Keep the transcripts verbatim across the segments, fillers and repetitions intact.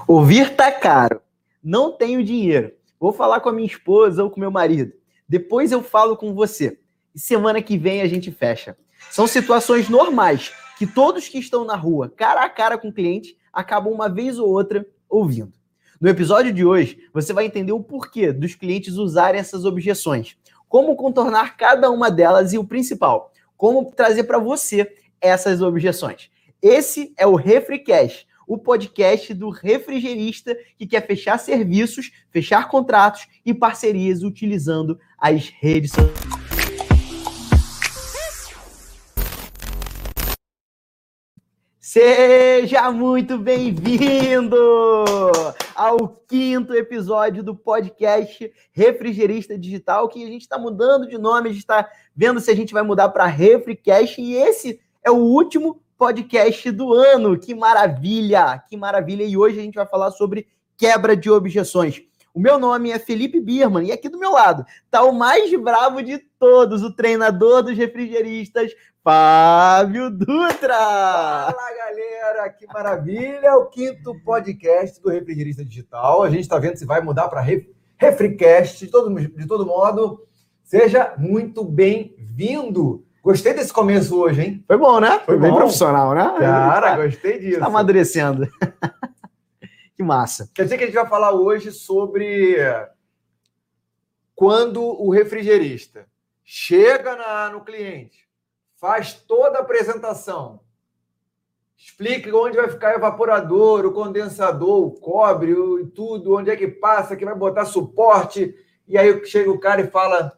Ouvir tá caro. Não tenho dinheiro. Vou falar com a minha esposa ou com meu marido. Depois eu falo com você. E semana que vem a gente fecha. São situações normais que todos que estão na rua, cara a cara com o cliente, acabam uma vez ou outra ouvindo. No episódio de hoje, você vai entender o porquê dos clientes usarem essas objeções, como contornar cada uma delas e o principal, como trazer para você essas objeções. Esse é o RefriCast, o podcast do refrigerista que quer fechar serviços, fechar contratos e parcerias utilizando as redes sociais. Seja muito bem-vindo ao quinto episódio do podcast Refrigerista Digital, que a gente está mudando de nome, a gente está vendo se a gente vai mudar para RefriCast, e esse é o último podcast do ano. Que maravilha, que maravilha. E hoje a gente vai falar sobre quebra de objeções. O meu nome é Felipe Birman e aqui do meu lado tá o mais bravo de todos, o treinador dos refrigeristas, Fábio Dutra. Fala, galera, que maravilha. O quinto podcast do Refrigerista Digital. A gente está vendo se vai mudar para RefriCast. De todo, de todo modo, seja muito bem-vindo. Gostei desse começo hoje, hein? Foi bom, né? Foi, Foi bem bom. profissional, né? Cara, gostei disso. Tá amadurecendo. Que massa. Quer dizer que a gente vai falar hoje sobre quando o refrigerista chega na, no cliente, faz toda a apresentação, explica onde vai ficar o evaporador, o condensador, o cobre, o, tudo, onde é que passa, que vai botar suporte, e aí chega o cara e fala: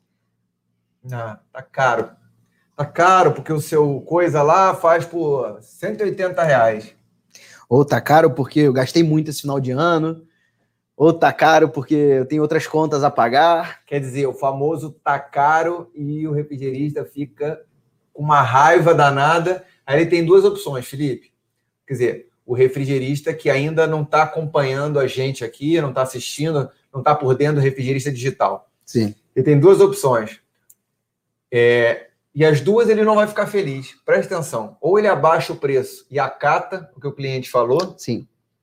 não, tá caro. Tá caro porque o seu coisa lá faz por cento e oitenta reais. Ou tá caro porque eu gastei muito esse final de ano, ou tá caro porque eu tenho outras contas a pagar. Quer dizer, o famoso tá caro, e o refrigerista fica com uma raiva danada. Aí ele tem duas opções, Felipe. Quer dizer, o refrigerista que ainda não está acompanhando a gente aqui, não está assistindo, não está por dentro do Refrigerista Digital. Sim. Ele tem duas opções. É... E as duas ele não vai ficar feliz. Presta atenção. Ou ele abaixa o preço e acata o que o cliente falou. Sim.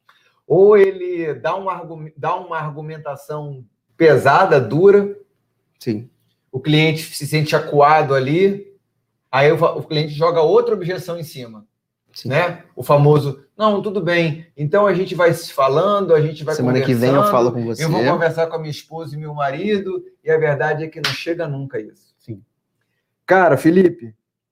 Ou ele dá uma, dá uma argumentação pesada, dura. Sim. O cliente se sente acuado ali. Aí o, o cliente joga outra objeção em cima. Sim. Né? O famoso: não, tudo bem. Então a gente vai se falando, a gente vai Semana conversando. Semana que vem eu falo com você. Eu vou conversar com a minha esposa e meu marido. E a verdade é que não chega nunca isso. Sim. Cara, Felipe,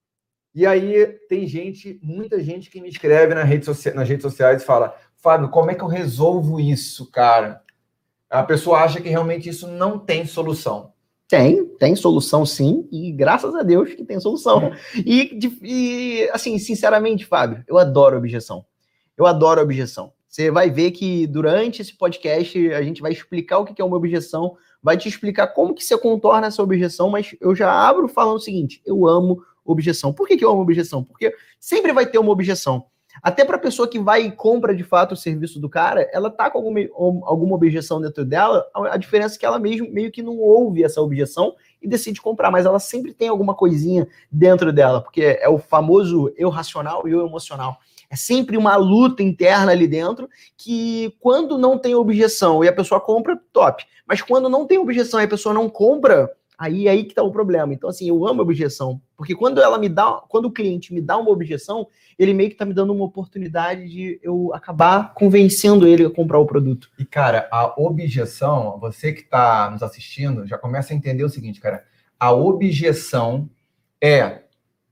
e aí tem gente, muita gente que me escreve na rede socia- nas redes sociais e fala: Fábio, como é que eu resolvo isso, cara? A pessoa acha que realmente isso não tem solução. Tem, tem solução sim, e graças a Deus que tem solução. E, e assim, sinceramente, Fábio, eu adoro objeção. Eu adoro objeção. Você vai ver que durante esse podcast a gente vai explicar o que é uma objeção, vai te explicar como que você contorna essa objeção, mas eu já abro falando o seguinte: eu amo objeção. Por que que eu amo objeção? Porque sempre vai ter uma objeção. Até para a pessoa que vai e compra de fato o serviço do cara, ela tá com alguma, alguma objeção dentro dela, a diferença é que ela mesmo meio que não ouve essa objeção e decide comprar, mas ela sempre tem alguma coisinha dentro dela, porque é o famoso eu racional e eu emocional. É sempre uma luta interna ali dentro, que quando não tem objeção e a pessoa compra, top. Mas quando não tem objeção e a pessoa não compra, aí aí que tá o problema. Então, assim, eu amo objeção, porque quando ela me dá, quando o cliente me dá uma objeção, ele meio que tá me dando uma oportunidade de eu acabar convencendo ele a comprar o produto. E, cara, a objeção, você que tá nos assistindo, já começa a entender o seguinte, cara. A objeção é...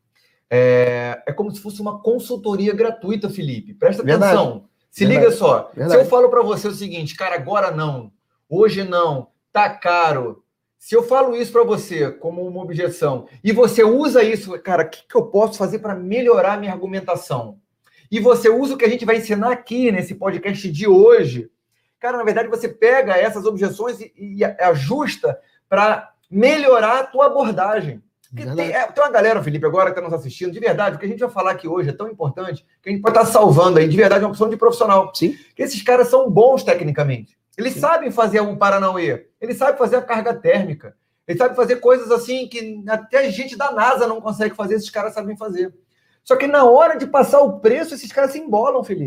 É, é como se fosse uma consultoria gratuita, Felipe. Presta Verdade. atenção. Se Verdade. liga só. Verdade. Se eu falo para você o seguinte: cara, agora não, hoje não, tá caro. Se eu falo isso para você como uma objeção e você usa isso, cara, o que, que eu posso fazer para melhorar a minha argumentação? E você usa o que a gente vai ensinar aqui nesse podcast de hoje. Cara, na verdade, você pega essas objeções e, e ajusta para melhorar a tua abordagem. Tem, é, tem uma galera, Felipe, agora que está nos assistindo, de verdade, o que a gente vai falar aqui hoje é tão importante que a gente pode estar salvando aí, de verdade, uma opção de profissional. Sim. Porque esses caras são bons tecnicamente. Eles Sim. sabem fazer um Paranauê, eles sabem fazer a carga térmica, eles sabem fazer coisas assim que até a gente da NASA não consegue fazer, esses caras sabem fazer. Só que na hora de passar o preço, esses caras se embolam, Felipe.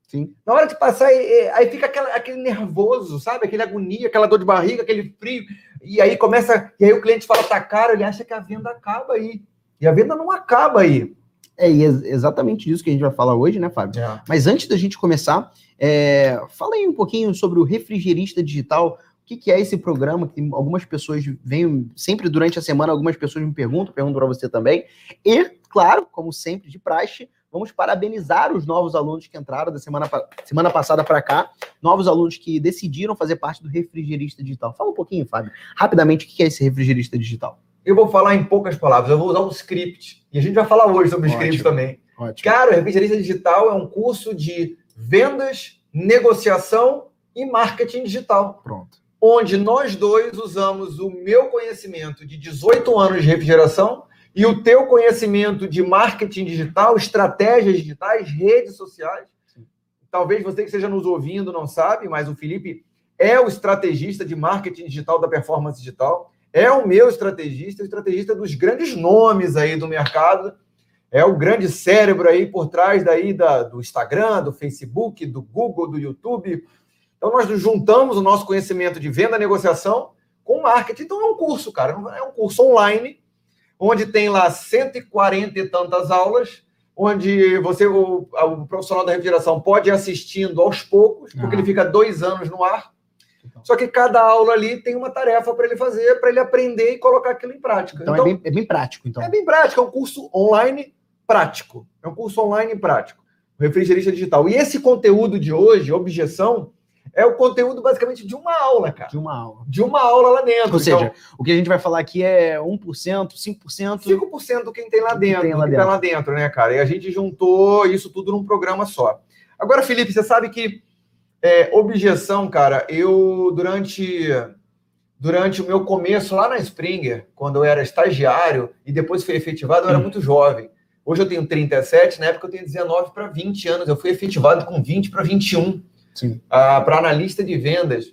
Sim. Na hora de passar, aí fica aquela, aquele nervoso, sabe? Aquele agonia, aquela dor de barriga, aquele frio. E aí começa... E aí o cliente fala, tá caro, ele acha que a venda acaba aí. E a venda não acaba aí. É, e é exatamente disso que a gente vai falar hoje, né, Fábio? É. Mas antes da gente começar, é, fala aí um pouquinho sobre o Refrigerista Digital. O que, que é esse programa? Que algumas pessoas vêm, sempre durante a semana, algumas pessoas me perguntam, pergunto para você também. E, claro, como sempre, de praxe, vamos parabenizar os novos alunos que entraram da semana, semana passada para cá, novos alunos que decidiram fazer parte do Refrigerista Digital. Fala um pouquinho, Fábio, rapidamente, o que é esse Refrigerista Digital? Eu vou falar em poucas palavras, eu vou usar um script. E a gente vai falar hoje sobre o Ótimo, script também. Ótimo. Cara, o Refrigerista Digital é um curso de vendas, negociação e marketing digital. Pronto. Onde nós dois usamos o meu conhecimento de dezoito anos de refrigeração e o teu conhecimento de marketing digital, estratégias digitais, redes sociais. Sim. Talvez você que esteja nos ouvindo não sabe, mas o Felipe é o estrategista de marketing digital da Performance Digital. É o meu estrategista, o estrategista dos grandes nomes aí do mercado, é o grande cérebro aí por trás daí da, do Instagram, do Facebook, do Google, do YouTube. Então, nós juntamos o nosso conhecimento de venda e negociação com marketing. Então, é um curso, cara, é um curso online, onde tem lá cento e quarenta e tantas aulas, onde você, o, o profissional da refrigeração pode ir assistindo aos poucos, porque ah. ele fica dois anos no ar. Só que cada aula ali tem uma tarefa para ele fazer, para ele aprender e colocar aquilo em prática. Então, então é, bem, é bem prático. Então. É bem prático, é um curso online prático. É um curso online prático. O Refrigerista Digital. E esse conteúdo de hoje, objeção, é o conteúdo basicamente de uma aula, cara. De uma aula. De uma aula lá dentro. Ou seja, então, o que a gente vai falar aqui é um por cento, cinco por cento... cinco por cento do que tem lá dentro. Tem lá do que dentro. Tá lá dentro, né, cara? E a gente juntou isso tudo num programa só. Agora, Felipe, você sabe que É, objeção, cara, eu durante, durante o meu começo lá na Springer, quando eu era estagiário e depois fui efetivado, eu era muito jovem. Hoje eu tenho trinta e sete, na época eu tenho dezenove para vinte anos. Eu fui efetivado com vinte para vinte e um para analista de vendas.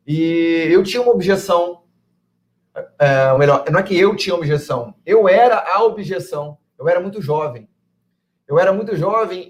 E eu tinha uma objeção, é, ou melhor, não é que eu tinha objeção, eu era a objeção. Eu era muito jovem. Eu era muito jovem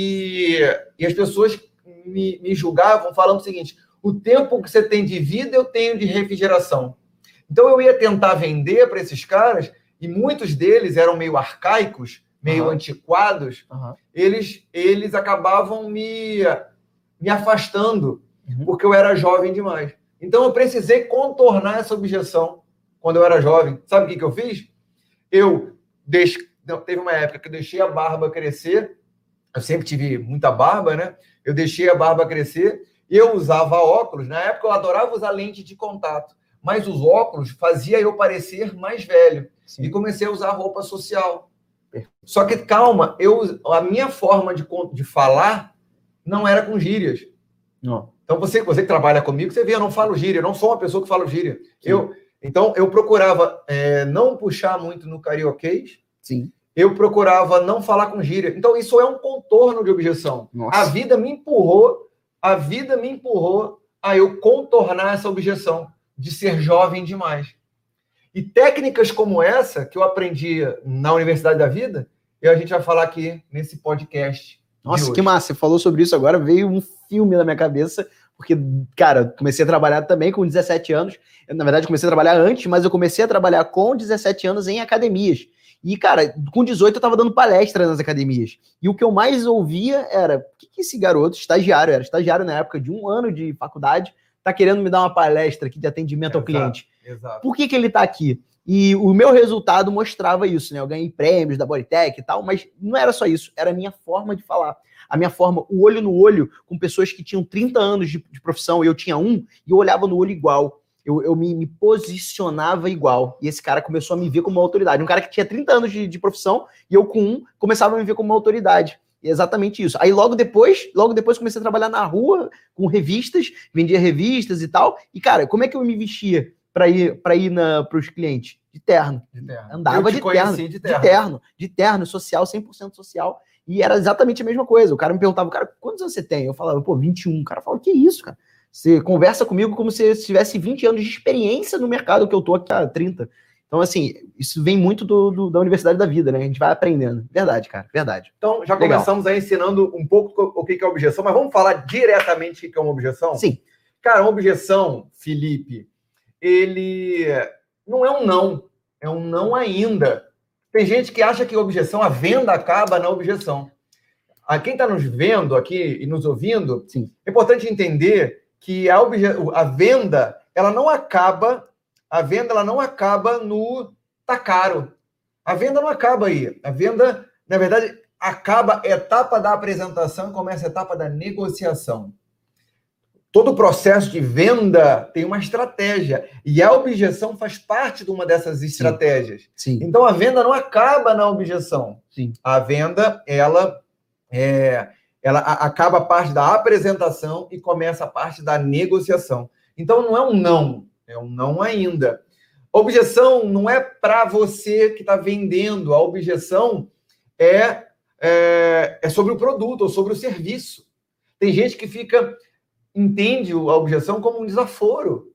e, e as pessoas Me, me julgavam falando o seguinte: o tempo que você tem de vida, eu tenho de refrigeração. Então, eu ia tentar vender para esses caras, e muitos deles eram meio arcaicos, meio uhum. antiquados, uhum. eles, eles acabavam me, me afastando, uhum. porque eu era jovem demais. Então, eu precisei contornar essa objeção quando eu era jovem. Sabe o que, que eu fiz? Eu deix... Teve uma época que eu deixei a barba crescer. Eu sempre tive muita barba, né? Eu deixei a barba crescer e eu usava óculos. Na época, eu adorava usar lente de contato, mas os óculos fazia eu parecer mais velho. Sim. E comecei a usar roupa social. Só que, calma, eu, a minha forma de, de falar não era com gírias. Não. Então, você, você que trabalha comigo, você vê, eu não falo gíria, eu não sou uma pessoa que fala gíria. Eu, então, eu procurava é, não puxar muito no carioquês. Sim. Eu procurava não falar com gíria. Então, isso é um contorno de objeção. Nossa. A vida me empurrou, a vida me empurrou a eu contornar essa objeção de ser jovem demais. E técnicas como essa, que eu aprendi na Universidade da Vida, e a gente vai falar aqui nesse podcast. Nossa, que massa. Você falou sobre isso agora, veio um filme na minha cabeça, porque, cara, comecei a trabalhar também com dezessete anos. Eu, na verdade, comecei a trabalhar antes, mas eu comecei a trabalhar com dezessete anos em academias. E, cara, com dezoito eu tava dando palestra nas academias. E o que eu mais ouvia era: por que, que esse garoto, estagiário, era estagiário na época de um ano de faculdade, tá querendo me dar uma palestra aqui de atendimento exato, ao cliente? Exato. Por que, que ele tá aqui? E o meu resultado mostrava isso, né? Eu ganhei prêmios da Bodytech e tal, mas não era só isso, era a minha forma de falar. A minha forma, o olho no olho, com pessoas que tinham trinta anos de, de profissão, e eu tinha um, e eu olhava no olho igual. Eu, eu me, me posicionava igual. E esse cara começou a me ver como uma autoridade. Um cara que tinha trinta anos de, de profissão, e eu com um, começava a me ver como uma autoridade. E é exatamente isso. Aí logo depois, logo depois comecei a trabalhar na rua, com revistas, vendia revistas e tal. E, cara, como é que eu me vestia para ir, pra ir para os clientes? De terno. De terno. Andava de terno, de de terno. De terno, de terno, social, cem por cento social. E era exatamente a mesma coisa. O cara me perguntava: cara, quantos anos você tem? Eu falava: pô, vinte e um. O cara falava: que isso, cara? Você conversa comigo como se você tivesse vinte anos de experiência no mercado, que eu tô aqui há trinta. Então, assim, isso vem muito do, do, da universidade da vida, né? A gente vai aprendendo. Verdade, cara, verdade. Então, já Legal. começamos aí ensinando um pouco o que é objeção, mas vamos falar diretamente o que é uma objeção? Sim. Cara, uma objeção, Felipe, ele não é um não, é um não ainda. Tem gente que acha que a objeção, a venda acaba na objeção. A quem está nos vendo aqui e nos ouvindo, Sim. é importante entender que a, obje... a venda, ela não acaba, a venda ela não acaba no tá caro. A venda não acaba aí. A venda, na verdade, acaba a etapa da apresentação e começa a etapa da negociação. Todo o processo de venda tem uma estratégia e a objeção faz parte de uma dessas estratégias. Sim. Então, a venda não acaba na objeção. Sim. A venda, ela, é, ela acaba a parte da apresentação e começa a parte da negociação. Então, não é um não, é um não ainda. Objeção não é para você que está vendendo. A objeção é, é, é sobre o produto ou sobre o serviço. Tem gente que fica... entende a objeção como um desaforo.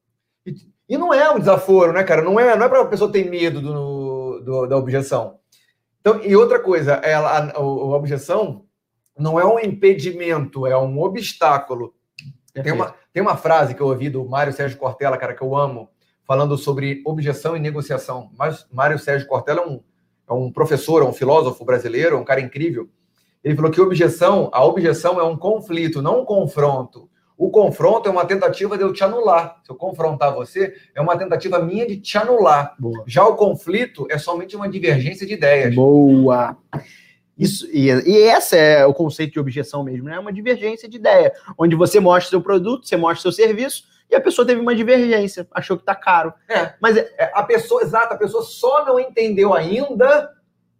E, e não é um desaforo, né, cara? Não é, não é para a pessoa ter medo do, do, da objeção. Então, e outra coisa, ela, a, a objeção não é um impedimento, é um obstáculo. Tem uma, tem uma frase que eu ouvi do Mário Sérgio Cortella, cara, que eu amo, falando sobre objeção e negociação. Mas Mário Sérgio Cortella é um, é um professor, é um filósofo brasileiro, é um cara incrível. Ele falou que objeção, a objeção é um conflito, não um confronto. O confronto é uma tentativa de eu te anular. Se eu confrontar você, é uma tentativa minha de te anular. Boa. Já o conflito é somente uma divergência de ideias. Boa! Isso, e, e esse é o conceito de objeção mesmo, né? Uma divergência de ideia, onde você mostra seu produto, você mostra seu serviço, e a pessoa teve uma divergência, achou que tá caro. É, mas é, é, a pessoa, exato, a pessoa só não entendeu ainda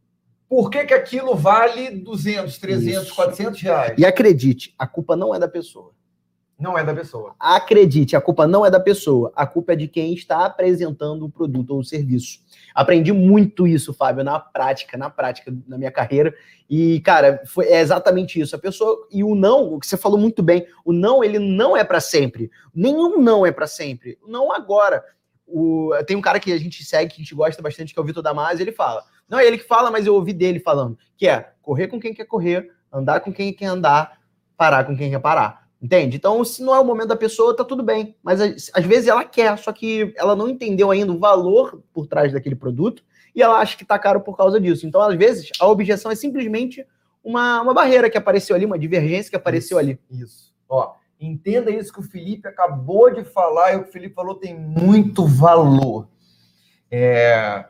por que que aquilo vale duzentos, trezentos, Isso. quatrocentos reais. E acredite, a culpa não é da pessoa. Não é da pessoa. Acredite, a culpa não é da pessoa. A culpa é de quem está apresentando o produto ou o serviço. Aprendi muito isso, Fábio, na prática, na prática, na minha carreira. E, cara, foi, é exatamente isso. A pessoa... E o não, o que você falou muito bem, o não, ele não é para sempre. Nenhum não é para sempre. Não agora. O, tem um cara que a gente segue, que a gente gosta bastante, que é o Vitor Damasio, ele fala... Não é ele que fala, mas eu ouvi dele falando, que é correr com quem quer correr, andar com quem quer andar, parar com quem quer parar. Entende? Então, se não é o momento da pessoa, tá tudo bem. Mas às vezes ela quer, só que ela não entendeu ainda o valor por trás daquele produto e ela acha que tá caro por causa disso. Então, às vezes, a objeção é simplesmente uma, uma barreira que apareceu ali, uma divergência que apareceu isso, ali. Isso. Ó, entenda isso que o Felipe acabou de falar e o que o Felipe falou tem muito valor. É...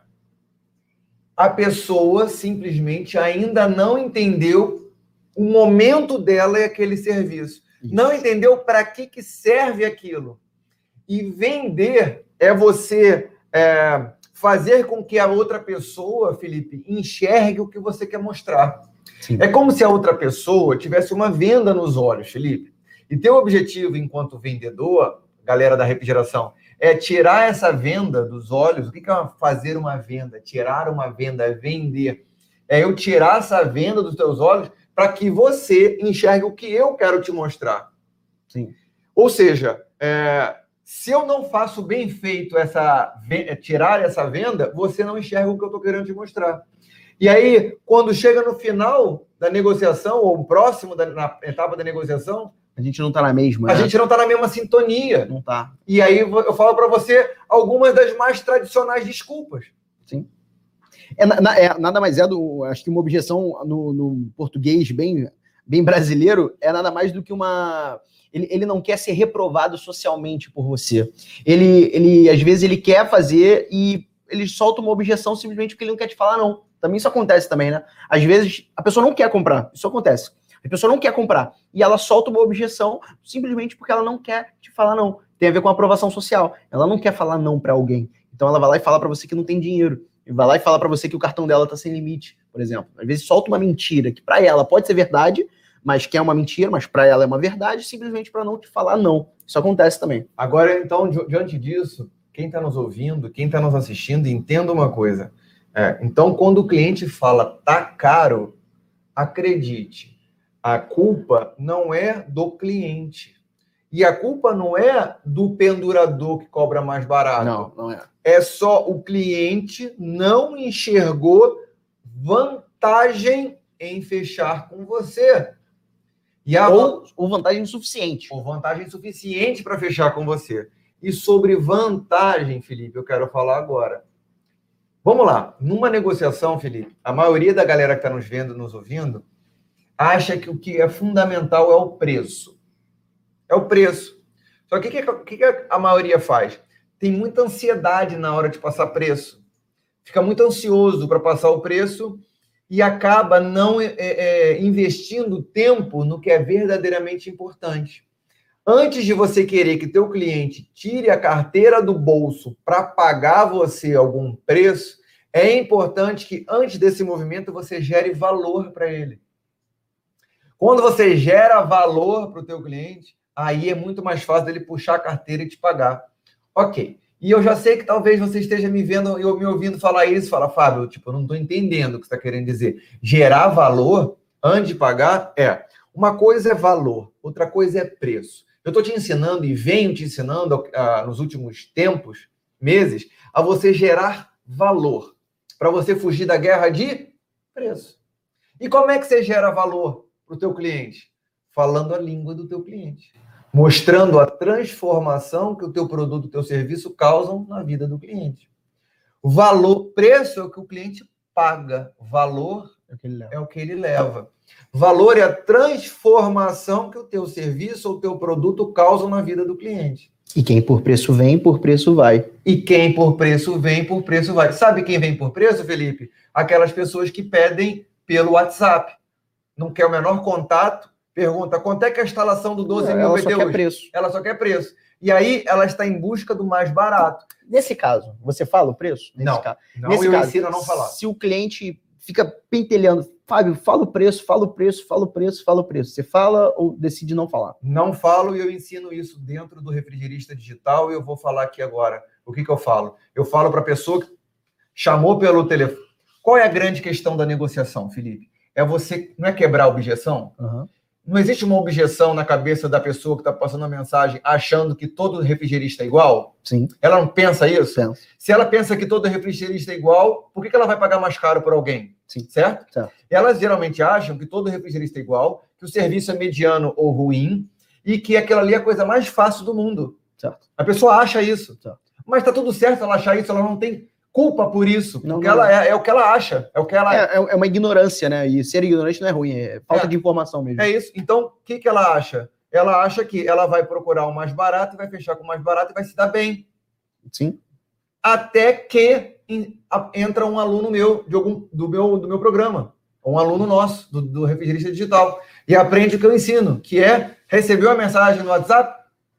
A pessoa simplesmente ainda não entendeu o momento dela e aquele serviço. Isso. Não entendeu para que, que serve aquilo. E vender é você é, fazer com que a outra pessoa, Felipe, enxergue o que você quer mostrar. Sim. É como se a outra pessoa tivesse uma venda nos olhos, Felipe. E teu objetivo enquanto vendedor, galera da refrigeração, é tirar essa venda dos olhos. O que é fazer uma venda? Tirar uma venda, é vender. É eu tirar essa venda dos teus olhos para que você enxergue o que eu quero te mostrar. Sim. Ou seja, é, se eu não faço bem feito essa tirar essa venda, você não enxerga o que eu estou querendo te mostrar. E aí, quando chega no final da negociação, ou próximo da na etapa da negociação, a gente não está na mesma. A né? gente não está na mesma sintonia. Não está. E aí eu falo para você algumas das mais tradicionais desculpas. Sim. É, é, nada mais é do. Acho que uma objeção no, no português bem, bem brasileiro é nada mais do que uma. Ele, ele não quer ser reprovado socialmente por você. Ele, ele, às vezes, ele quer fazer e ele solta uma objeção simplesmente porque ele não quer te falar não. Também isso acontece também, né? Às vezes a pessoa não quer comprar. Isso acontece. A pessoa não quer comprar. E ela solta uma objeção simplesmente porque ela não quer te falar não. Tem a ver com a aprovação social. Ela não quer falar não para alguém. Então ela vai lá e fala para você que não tem dinheiro. E vai lá e fala para você que o cartão dela tá sem limite, por exemplo. Às vezes solta uma mentira que para ela pode ser verdade, mas que é uma mentira, mas para ela é uma verdade, simplesmente para não te falar não. Isso acontece também. Agora, então, diante disso, quem está nos ouvindo, quem está nos assistindo, entenda uma coisa. É, então, quando o cliente fala tá caro, acredite, a culpa não é do cliente. E a culpa não é do pendurador que cobra mais barato. Não, não é. É só o cliente não enxergou vantagem em fechar com você. E a ou, ou vantagem suficiente. Ou vantagem suficiente para fechar com você. E sobre vantagem, Felipe, eu quero falar agora. Vamos lá. Numa negociação, Felipe, a maioria da galera que está nos vendo, nos ouvindo, acha que o que é fundamental é o preço. É o preço. Só que o que, que, que a maioria faz? Tem muita ansiedade na hora de passar preço. Fica muito ansioso para passar o preço e acaba não é, é, investindo tempo no que é verdadeiramente importante. Antes de você querer que teu cliente tire a carteira do bolso para pagar você algum preço, é importante que antes desse movimento você gere valor para ele. Quando você gera valor para o teu cliente, aí é muito mais fácil dele puxar a carteira e te pagar. Ok. E eu já sei que talvez você esteja me vendo e me ouvindo falar isso. Fala, Fábio, tipo, eu não estou entendendo o que você está querendo dizer. Gerar valor antes de pagar é... Uma coisa é valor, outra coisa é preço. Eu estou te ensinando e venho te ensinando uh, nos últimos tempos, meses, a você gerar valor. Para você fugir da guerra de preço. E como é que você gera valor para o teu cliente? Falando a língua do teu cliente. Mostrando a transformação que o teu produto, o teu serviço causam na vida do cliente. Valor, preço é o que o cliente paga. Valor é o que ele leva. É o que ele leva. Valor é a transformação que o teu serviço ou o teu produto causam na vida do cliente. E quem por preço vem, por preço vai. E quem por preço vem, por preço vai. Sabe quem vem por preço, Felipe? Aquelas pessoas que pedem pelo WhatsApp. Não quer o menor contato. Pergunta, quanto é que é a instalação do doze mil B T U? Ela só quer preço. Ela só quer preço. E aí, ela está em busca do mais barato. Nesse caso, você fala o preço? Nesse não, caso. não Nesse eu caso, ensino a não falar. Se o cliente fica pentelhando, Fábio, fala o preço, fala o preço, fala o preço, fala o preço. Você fala ou decide não falar? Não falo e eu ensino isso dentro do Refrigerista Digital e eu vou falar aqui agora. O que, que eu falo? Eu falo para a pessoa que chamou pelo telefone. Qual é a grande questão da negociação, Felipe? É você, não é quebrar a objeção? Uhum. Não existe uma objeção na cabeça da pessoa que está passando a mensagem achando que todo refrigerista é igual? Sim. Ela não pensa isso? Penso. Se ela pensa que todo refrigerista é igual, por que, que ela vai pagar mais caro por alguém? Sim. Certo? Certo? Elas geralmente acham que todo refrigerista é igual, que o serviço é mediano ou ruim e que aquilo ali é a coisa mais fácil do mundo. Certo. A pessoa acha isso. Certo. Mas está tudo certo ela achar isso, ela não tem culpa por isso, não, porque não. Ela é, é o que ela acha, é o que ela é, é uma ignorância, né? E ser ignorante não é ruim, é falta é. de informação mesmo. É isso. Então, o que, que ela acha? Ela acha que ela vai procurar o mais barato, vai fechar com o mais barato e vai se dar bem. Sim. Até que entra um aluno meu, de algum, do, meu do meu programa, um aluno nosso, do, do Refrigerista Digital, e aprende o que eu ensino, que é, recebeu a mensagem no WhatsApp,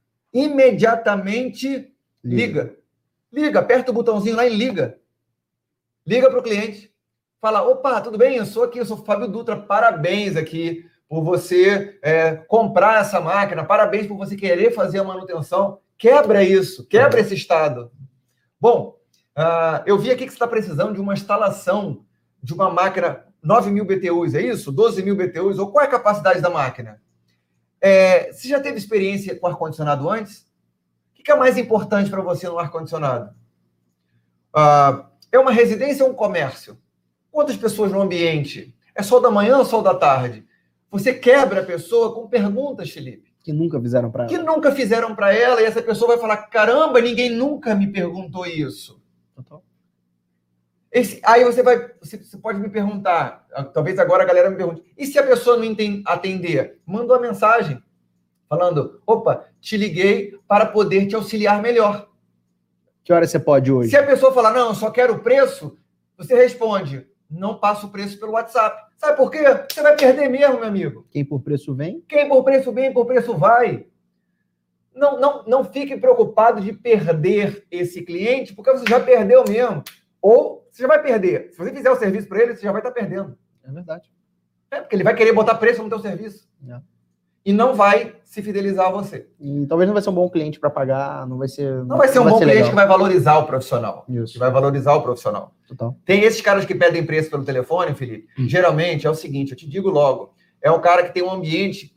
imediatamente liga. liga. Liga, aperta o botãozinho lá e liga. Liga para o cliente. Fala, opa, tudo bem? Eu sou aqui, eu sou o Fábio Dutra. Parabéns aqui por você é, comprar essa máquina. Parabéns por você querer fazer a manutenção. Quebra isso, quebra uhum. esse estado. Bom, uh, eu vi aqui que você está precisando de uma instalação de uma máquina nove mil B T Us, é isso? doze mil B T Us? Ou qual é a capacidade da máquina? É, você já teve experiência com ar-condicionado antes? O que é mais importante para você no ar-condicionado? Uh, é uma residência ou um comércio? Quantas pessoas no ambiente? É sol da manhã ou sol da tarde? Você quebra a pessoa com perguntas, Felipe. Que nunca fizeram para ela. Que nunca fizeram para ela, e essa pessoa vai falar, caramba, ninguém nunca me perguntou isso. Total. Esse, aí você vai, você, você pode me perguntar, talvez agora a galera me pergunte, e se a pessoa não entende, atender? Manda uma mensagem. Falando, opa, te liguei para poder te auxiliar melhor. Que hora você pode hoje? Se a pessoa falar, não, eu só quero o preço, você responde, não passa o preço pelo WhatsApp. Sabe por quê? Você vai perder mesmo, meu amigo. Quem por preço vem? Quem por preço vem, por preço vai. Não, não, não fique preocupado de perder esse cliente, porque você já perdeu mesmo. Ou você já vai perder. Se você fizer o serviço para ele, você já vai estar perdendo. É verdade. É, porque ele vai querer botar preço no teu serviço. É. E não vai se fidelizar a você. E talvez não vai ser um bom cliente para pagar, não vai ser... Não vai ser um bom cliente legal. Que vai valorizar o profissional. Isso. Que vai valorizar o profissional. Total. Tem esses caras que pedem preço pelo telefone, Felipe. Hum. Geralmente é o seguinte, eu te digo logo, é um cara que tem um ambiente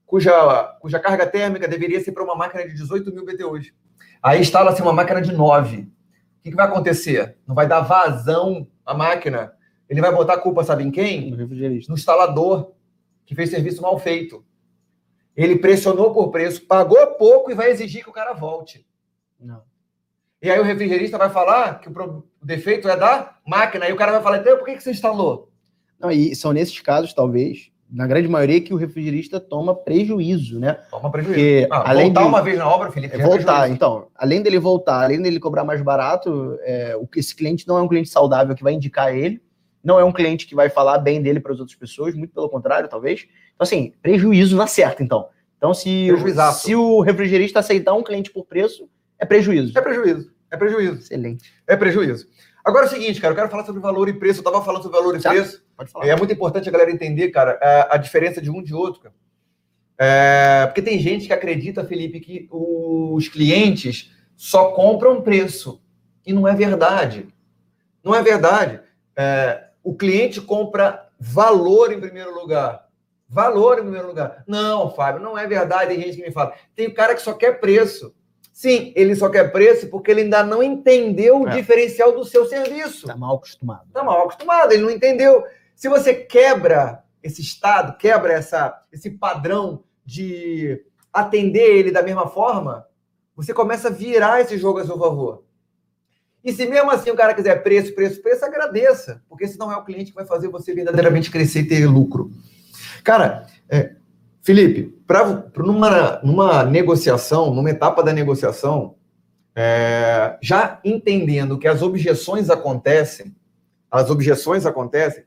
cuja, cuja carga térmica deveria ser para uma máquina de dezoito mil B T Us. Aí instala-se uma máquina de nove. O que, que vai acontecer? Não vai dar vazão à máquina. Ele vai botar a culpa, sabe em quem? No refrigerista. No instalador, que fez serviço mal feito. Ele pressionou por preço, pagou pouco e vai exigir que o cara volte. Não. E aí o refrigerista vai falar que o, pro... o defeito é da máquina. Aí o cara vai falar, então por que, que você instalou? Não, e são nesses casos, talvez, na grande maioria, que o refrigerista toma prejuízo, né? Toma prejuízo. Porque, ah, além voltar de... uma vez na obra, Felipe, é voltar, então, além dele voltar, além dele cobrar mais barato, é, esse cliente não é um cliente saudável que vai indicar ele, não é um cliente que vai falar bem dele para as outras pessoas, muito pelo contrário, talvez. Então, assim, prejuízo na certa, então. Então, se, se o refrigerista aceitar um cliente por preço, é prejuízo. É prejuízo, é prejuízo. Excelente. É prejuízo. Agora é o seguinte, cara, eu quero falar sobre valor e preço. Eu estava falando sobre valor e tá. preço. Pode falar. É muito importante a galera entender, cara, a, a diferença de um de outro, cara. É, porque tem gente que acredita, Felipe, que os clientes só compram preço. E não é verdade. Não é verdade. É, o cliente compra valor em primeiro lugar. Valor em primeiro lugar. Não, Fábio, não é verdade. Tem gente que me fala. Tem o cara que só quer preço. Sim, ele só quer preço porque ele ainda não entendeu o é. diferencial do seu serviço. Está mal acostumado. Está mal acostumado, ele não entendeu. Se você quebra esse estado, quebra essa, esse padrão de atender ele da mesma forma, você começa a virar esse jogo a seu favor. E se mesmo assim o cara quiser preço, preço, preço, agradeça, porque esse não é o cliente que vai fazer você verdadeiramente crescer e ter lucro. Cara, é, Felipe, pra, pra numa, numa negociação, numa etapa da negociação, é, já entendendo que as objeções acontecem, as objeções acontecem,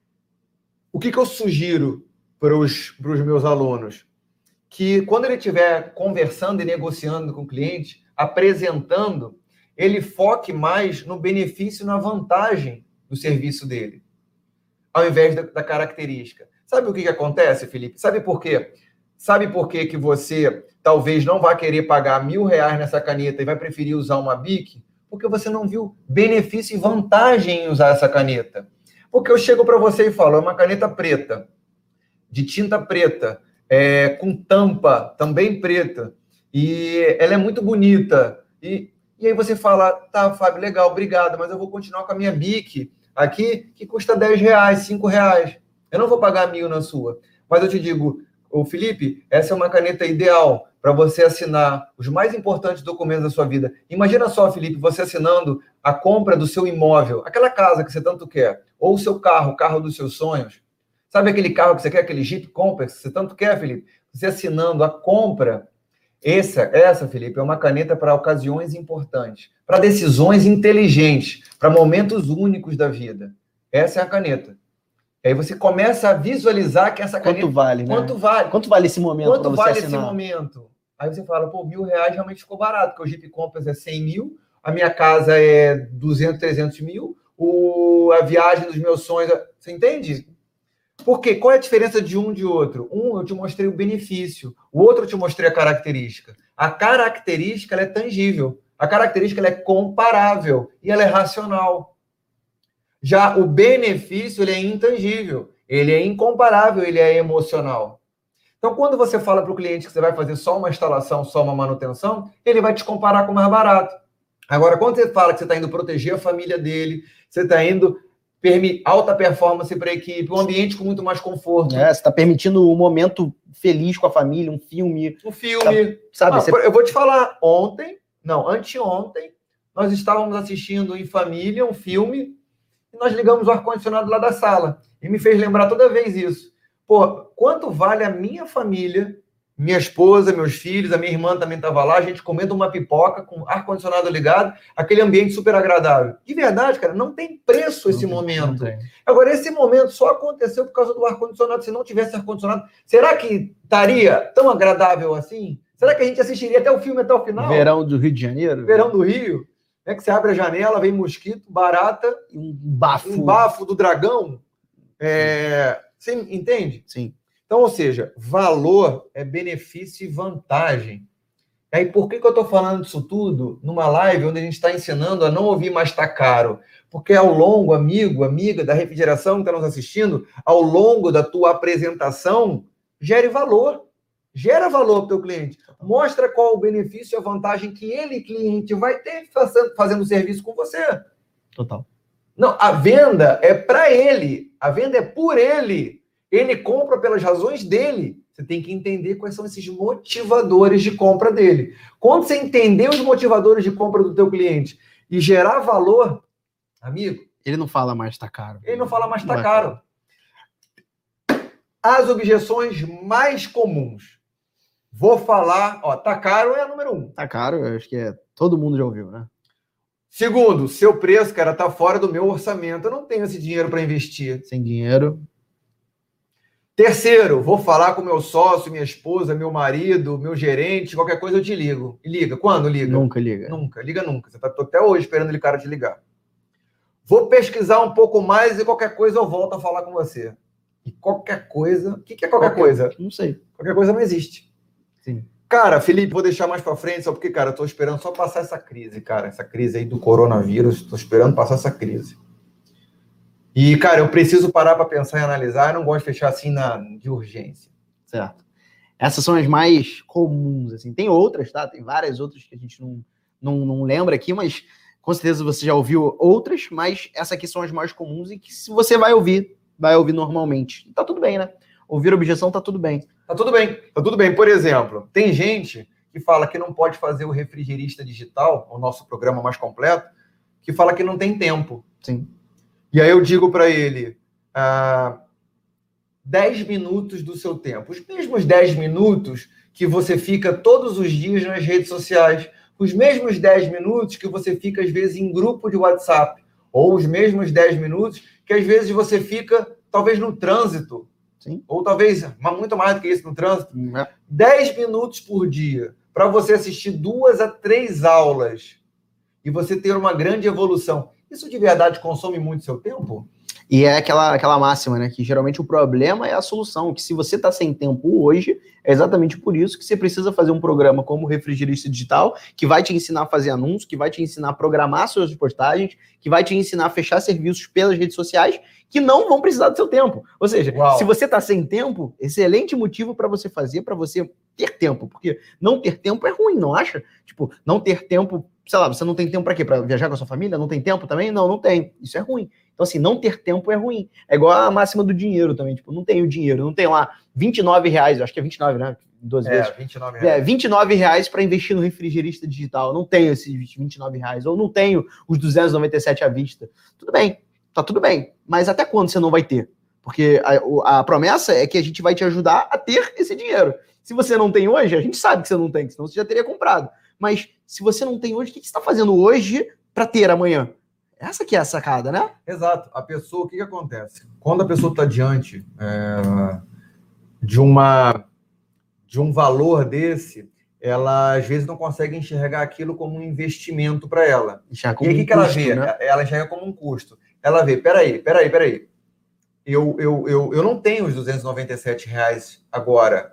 o que, que eu sugiro para os meus alunos? Que quando ele estiver conversando e negociando com o cliente, apresentando, ele foque mais no benefício e na vantagem do serviço dele, ao invés da, da característica. Sabe o que, que acontece, Felipe? Sabe por quê? Sabe por quê que você talvez não vá querer pagar mil reais nessa caneta e vai preferir usar uma Bic? Porque você não viu benefício e vantagem em usar essa caneta. Porque eu chego para você e falo, é uma caneta preta, de tinta preta, é, com tampa também preta, e ela é muito bonita. E, e aí você fala, tá, Fábio, legal, obrigado, mas eu vou continuar com a minha Bic aqui, que custa dez reais, cinco reais. Eu não vou pagar mil na sua. Mas eu te digo, ô Felipe, essa é uma caneta ideal para você assinar os mais importantes documentos da sua vida. Imagina só, Felipe, você assinando a compra do seu imóvel, aquela casa que você tanto quer, ou o seu carro, o carro dos seus sonhos. Sabe aquele carro que você quer, aquele Jeep Compass que você tanto quer, Felipe? Você assinando a compra. Essa, essa, Felipe, é uma caneta para ocasiões importantes, para decisões inteligentes, para momentos únicos da vida. Essa é a caneta. E aí você começa a visualizar que essa caneta... Quanto vale, né? Quanto vale? Quanto vale esse momento? Quanto vale esse momento? Aí você fala, pô, mil reais realmente ficou barato, porque o Jeep Compass é cem mil, a minha casa é duzentos, trezentos mil, o, a viagem dos meus sonhos... Você entende? Por quê? Qual é a diferença de um de outro? Um, eu te mostrei o benefício. O outro, eu te mostrei a característica. A característica, ela é tangível. A característica, ela é comparável. E ela é racional. Já o benefício, ele é intangível. Ele é incomparável, ele é emocional. Então, quando você fala para o cliente que você vai fazer só uma instalação, só uma manutenção, ele vai te comparar com o mais barato. Agora, quando você fala que você está indo proteger a família dele, você está indo... alta performance para a equipe, um ambiente com muito mais conforto. É, você está permitindo um momento feliz com a família, um filme. Um filme. Sabe, ah, você... Eu vou te falar, ontem, não, anteontem, nós estávamos assistindo em família um filme e nós ligamos o ar-condicionado lá da sala. E me fez lembrar toda vez isso. Pô, quanto vale a minha família, minha esposa, meus filhos, a minha irmã também estava lá, a gente comendo uma pipoca com ar-condicionado ligado, aquele ambiente super agradável. De verdade, cara, não tem preço esse não momento. Tem, Agora, esse momento só aconteceu por causa do ar-condicionado. Se não tivesse ar-condicionado, será que estaria tão agradável assim? Será que a gente assistiria até o filme, até o final? Verão do Rio de Janeiro. Verão do Rio. É que você abre a janela, vem mosquito, barata, um bafo, um bafo do dragão. É... Você entende? Sim. Então, ou seja, valor é benefício e vantagem. E aí, por que, que eu estou falando disso tudo numa live onde a gente está ensinando a não ouvir mais tá caro? Porque ao longo, amigo, amiga da refrigeração que está nos assistindo, ao longo da tua apresentação, gere valor. Gera valor para o teu cliente. Mostra qual o benefício e a vantagem que ele, cliente, vai ter fazendo, fazendo o serviço com você. Total. Não, a venda é para ele. A venda é por ele. Ele compra pelas razões dele. Você tem que entender quais são esses motivadores de compra dele. Quando você entender os motivadores de compra do teu cliente e gerar valor, amigo... Ele não fala mais tá caro. Ele não fala mais tá caro. As objeções mais comuns. Vou falar, ó, tá caro é a número um. Tá caro, eu acho que é, todo mundo já ouviu, né? Segundo, seu preço, cara, tá fora do meu orçamento. Eu não tenho esse dinheiro para investir. Sem dinheiro. Terceiro, vou falar com meu sócio, minha esposa, meu marido, meu gerente, qualquer coisa eu te ligo. E liga. Quando liga? Nunca liga. Nunca, liga nunca. Você tá tô até hoje esperando ele cara te ligar. Vou pesquisar um pouco mais e qualquer coisa eu volto a falar com você. E qualquer coisa... O que, que é qualquer, qualquer coisa? Não sei. Qualquer coisa não existe. Sim. Cara, Felipe, vou deixar mais para frente, só porque, cara, eu tô esperando só passar essa crise, cara. Essa crise aí do coronavírus, tô esperando passar essa crise. E, cara, eu preciso parar para pensar e analisar, eu não gosto de fechar assim na, de urgência. Certo. Essas são as mais comuns, assim. Tem outras, tá? Tem várias outras que a gente não, não, não lembra aqui, mas com certeza você já ouviu outras, mas essas aqui são as mais comuns e que se você vai ouvir, vai ouvir normalmente. Tá tudo bem, né? Ouvir objeção tá tudo bem. Tá tudo bem, tá tudo bem. Por exemplo, tem gente que fala que não pode fazer o refrigerista digital, o nosso programa mais completo, que fala que não tem tempo. Sim. E aí eu digo para ele, ah, dez minutos do seu tempo. Os mesmos dez minutos que você fica todos os dias nas redes sociais. Os mesmos dez minutos que você fica, às vezes, em grupo de WhatsApp. Ou os mesmos dez minutos que, às vezes, você fica, talvez, no trânsito. Sim. Ou talvez, mas muito mais do que isso no trânsito. É. dez minutos por dia para você assistir duas a três aulas e você ter uma grande evolução. Isso de verdade consome muito seu tempo? E é aquela, aquela máxima, né? Que geralmente o problema é a solução. Que se você está sem tempo hoje, é exatamente por isso que você precisa fazer um programa como o Refrigerista Digital, que vai te ensinar a fazer anúncios, que vai te ensinar a programar suas postagens, que vai te ensinar a fechar serviços pelas redes sociais, que não vão precisar do seu tempo. Ou seja, Uau. Se você está sem tempo, excelente motivo para você fazer, para você ter tempo. Porque não ter tempo é ruim, não acha? Tipo, não ter tempo, sei lá, você não tem tempo para quê? Para viajar com a sua família? Não tem tempo também? Não, não tem. Isso é ruim. Então, assim, não ter tempo é ruim. É igual a máxima do dinheiro também. Tipo, não tenho dinheiro, não tenho lá vinte e nove reais, eu acho que é vinte e nove, né? doze é, vezes. vinte e nove reais. É, vinte e nove reais para investir no refrigerista digital. Eu não tenho esses vinte e nove reais. Ou não tenho os duzentos e noventa e sete à vista. Tudo bem, tá tudo bem. Mas até quando você não vai ter? Porque a, a promessa é que a gente vai te ajudar a ter esse dinheiro. Se você não tem hoje, a gente sabe que você não tem, senão você já teria comprado. Mas se você não tem hoje, o que você está fazendo hoje para ter amanhã? Essa que é a sacada, né? Exato. A pessoa, o que, que acontece? Quando a pessoa está diante é, de, uma, de um valor desse, ela às vezes não consegue enxergar aquilo como um investimento para ela. E aí o que, um que ela custo, vê? Né? Ela enxerga como um custo. Ela vê, peraí, peraí, peraí. Eu, eu, eu, eu não tenho os duzentos e noventa e sete reais agora.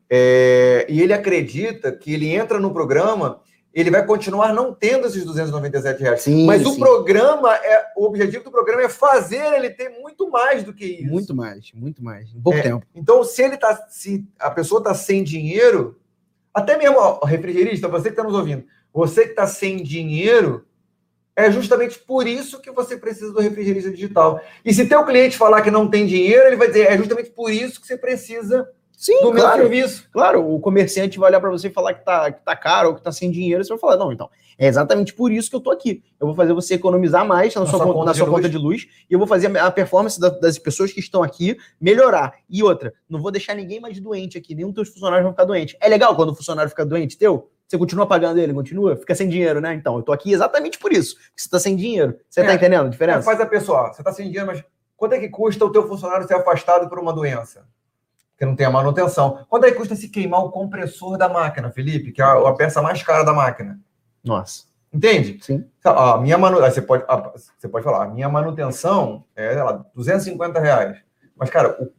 É, e ele acredita que ele entra no programa, ele vai continuar não tendo esses duzentos e noventa e sete reais. Sim, Mas sim. o programa, é, o objetivo do programa é fazer ele ter muito mais do que isso. Muito mais, muito mais. Em pouco é, tempo. Então, se ele tá, se a pessoa está sem dinheiro, até mesmo, ó, refrigerista, você que está nos ouvindo, você que está sem dinheiro, é justamente por isso que você precisa do refrigerista digital. E se teu cliente falar que não tem dinheiro, ele vai dizer, é justamente por isso que você precisa Sim, do claro, meu serviço. Claro, o comerciante vai olhar para você e falar que tá, que tá caro ou que tá sem dinheiro, você vai falar, não, então, é exatamente por isso que eu tô aqui. Eu vou fazer você economizar mais na, na sua, sua, conta, na sua conta de luz e eu vou fazer a performance da, das pessoas que estão aqui melhorar. E outra, não vou deixar ninguém mais doente aqui, nenhum dos teus funcionários vai ficar doente. É legal quando o funcionário fica doente teu? Você continua pagando ele, continua? Fica sem dinheiro, né? Então, eu tô aqui exatamente por isso, porque você tá sem dinheiro. Você é, tá entendendo a diferença? É, faz a pessoa, você tá sem dinheiro, mas quanto é que custa o teu funcionário ser afastado por uma doença? Porque não tem a manutenção. Quanto é que custa se queimar o compressor da máquina, Felipe? Que é a, a peça mais cara da máquina. Nossa. Entende? Sim. A minha manu... você, pode, a, você pode falar, a minha manutenção é, sei lá, duzentos e cinquenta reais. Mas, cara, o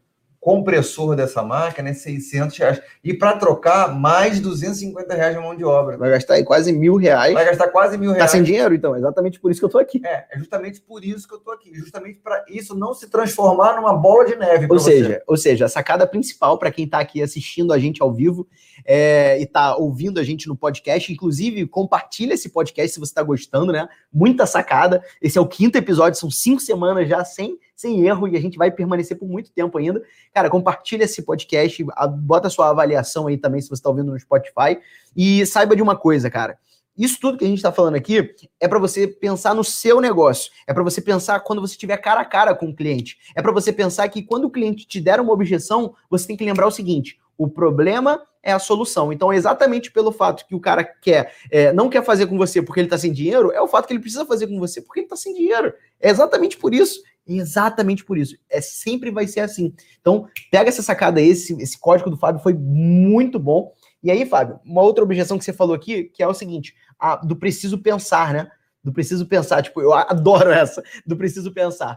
compressor dessa máquina é seiscentos reais. E para trocar, mais duzentos e cinquenta reais de mão de obra. Vai gastar aí quase mil reais. Vai gastar quase mil reais. Tá sem dinheiro, então. É exatamente por isso que eu tô aqui. É, é justamente por isso que eu tô aqui. Justamente para isso não se transformar numa bola de neve. Ou seja, você. ou seja, a sacada principal para quem tá aqui assistindo a gente ao vivo é, e tá ouvindo a gente no podcast, inclusive compartilha esse podcast se você tá gostando, né? Muita sacada. Esse é o quinto episódio, são cinco semanas já sem, sem erro e a gente vai permanecer por muito tempo ainda. Cara, compartilha esse podcast, bota sua avaliação aí também se você tá ouvindo no Spotify e saiba de uma coisa, cara. Isso tudo que a gente está falando aqui é para você pensar no seu negócio, é para você pensar quando você estiver cara a cara com o cliente, é para você pensar que quando o cliente te der uma objeção, você tem que lembrar o seguinte, o problema é a solução. Então, exatamente pelo fato que o cara quer, é, não quer fazer com você porque ele está sem dinheiro, é o fato que ele precisa fazer com você porque ele está sem dinheiro. É exatamente por isso. Exatamente por isso. É, sempre vai ser assim. Então, pega essa sacada aí, esse, esse código do Fábio foi muito bom. E aí, Fábio, uma outra objeção que você falou aqui, que é o seguinte, a, do preciso pensar, né? Do preciso pensar, tipo, eu adoro essa, do preciso pensar.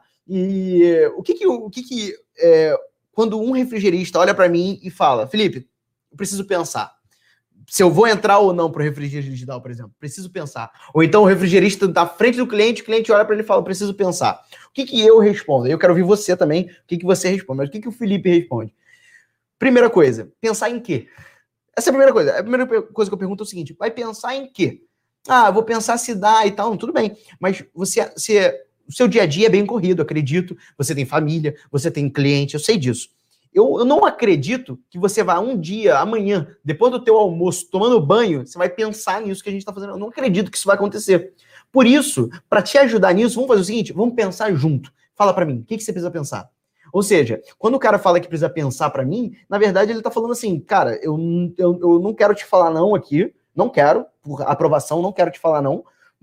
E o que que, o que, que é, quando um refrigerista olha para mim e fala, Felipe, eu preciso pensar. Se eu vou entrar ou não pro refrigerista digital, por exemplo, preciso pensar. Ou então o refrigerista tá à frente do cliente, o cliente olha para ele e fala, preciso pensar. O que que eu respondo? Eu quero ouvir você também, o que que você responde, mas o que que o Felipe responde? Primeira coisa, pensar em quê? Essa é a primeira coisa. A primeira coisa que eu pergunto é o seguinte, vai pensar em quê? Ah, vou pensar se dá e tal, tudo bem. Mas você, você, o seu dia a dia é bem corrido, acredito. Você tem família, você tem cliente, eu sei disso. Eu, eu não acredito que você vá um dia, amanhã, depois do teu almoço, tomando banho, você vai pensar nisso que a gente está fazendo. Eu não acredito que isso vai acontecer. Por isso, para te ajudar nisso, vamos fazer o seguinte, vamos pensar junto. Fala para mim, o que, que você precisa pensar? Ou seja, quando o cara fala que precisa pensar para mim, na verdade ele tá falando assim, cara, eu, eu, eu não quero te falar não aqui, não quero, por aprovação, não quero te falar não,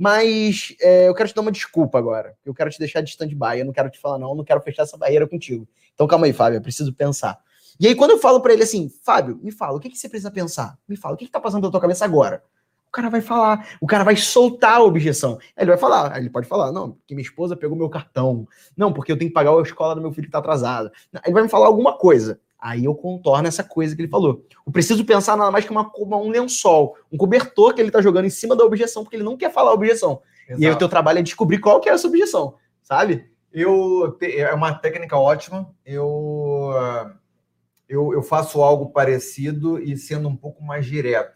mas é, eu quero te dar uma desculpa agora, eu quero te deixar de stand-by, eu não quero te falar não, eu não quero fechar essa barreira contigo. Então calma aí, Fábio, eu preciso pensar. E aí quando eu falo para ele assim, Fábio, me fala, o que, que você precisa pensar? Me fala, o que, que tá passando pela tua cabeça agora? O cara vai falar, o cara vai soltar a objeção. Aí ele vai falar, aí ele pode falar, não, porque minha esposa pegou meu cartão, não, porque eu tenho que pagar a escola do meu filho que tá atrasada. Aí ele vai me falar alguma coisa. Aí eu contorno essa coisa que ele falou. Eu preciso pensar nada mais que uma, um lençol, um cobertor que ele tá jogando em cima da objeção, porque ele não quer falar a objeção. Exato. E aí o teu trabalho é descobrir qual que é essa objeção, sabe? Eu, é uma técnica ótima, eu, eu, eu faço algo parecido e sendo um pouco mais direto.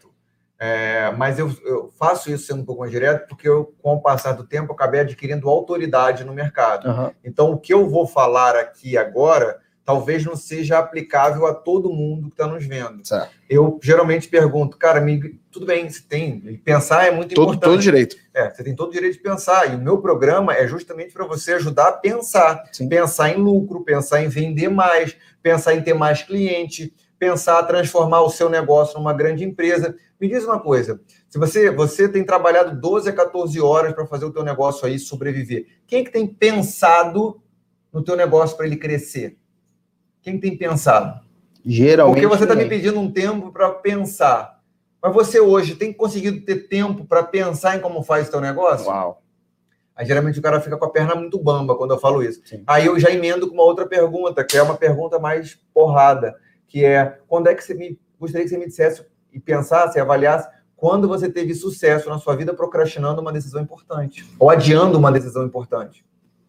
É, mas eu, eu faço isso sendo um pouco mais direto porque eu, com o passar do tempo, eu acabei adquirindo autoridade no mercado. Uhum. Então, o que eu vou falar aqui agora, talvez não seja aplicável a todo mundo que está nos vendo. Certo. Eu geralmente pergunto, cara, amigo, tudo bem, você tem, pensar é muito todo, importante. Todo direito. É, você tem todo o direito de pensar. E o meu programa é justamente para você ajudar a pensar. Sim. Pensar em lucro, pensar em vender mais, pensar em ter mais cliente, pensar, transformar o seu negócio numa grande empresa. Me diz uma coisa, se você, você tem trabalhado doze a quatorze horas para fazer o teu negócio aí sobreviver, quem é que tem pensado no teu negócio para ele crescer? Quem tem pensado? Geralmente. Porque você está me pedindo um tempo para pensar. Mas você hoje tem conseguido ter tempo para pensar em como faz o teu negócio? Uau. Aí geralmente o cara fica com a perna muito bamba quando eu falo isso. Sim. Aí eu já emendo com uma outra pergunta, que é uma pergunta mais porrada, que é, quando é que você me... Gostaria que você me dissesse e pensasse, avaliasse, quando você teve sucesso na sua vida procrastinando uma decisão importante, ou adiando uma decisão importante.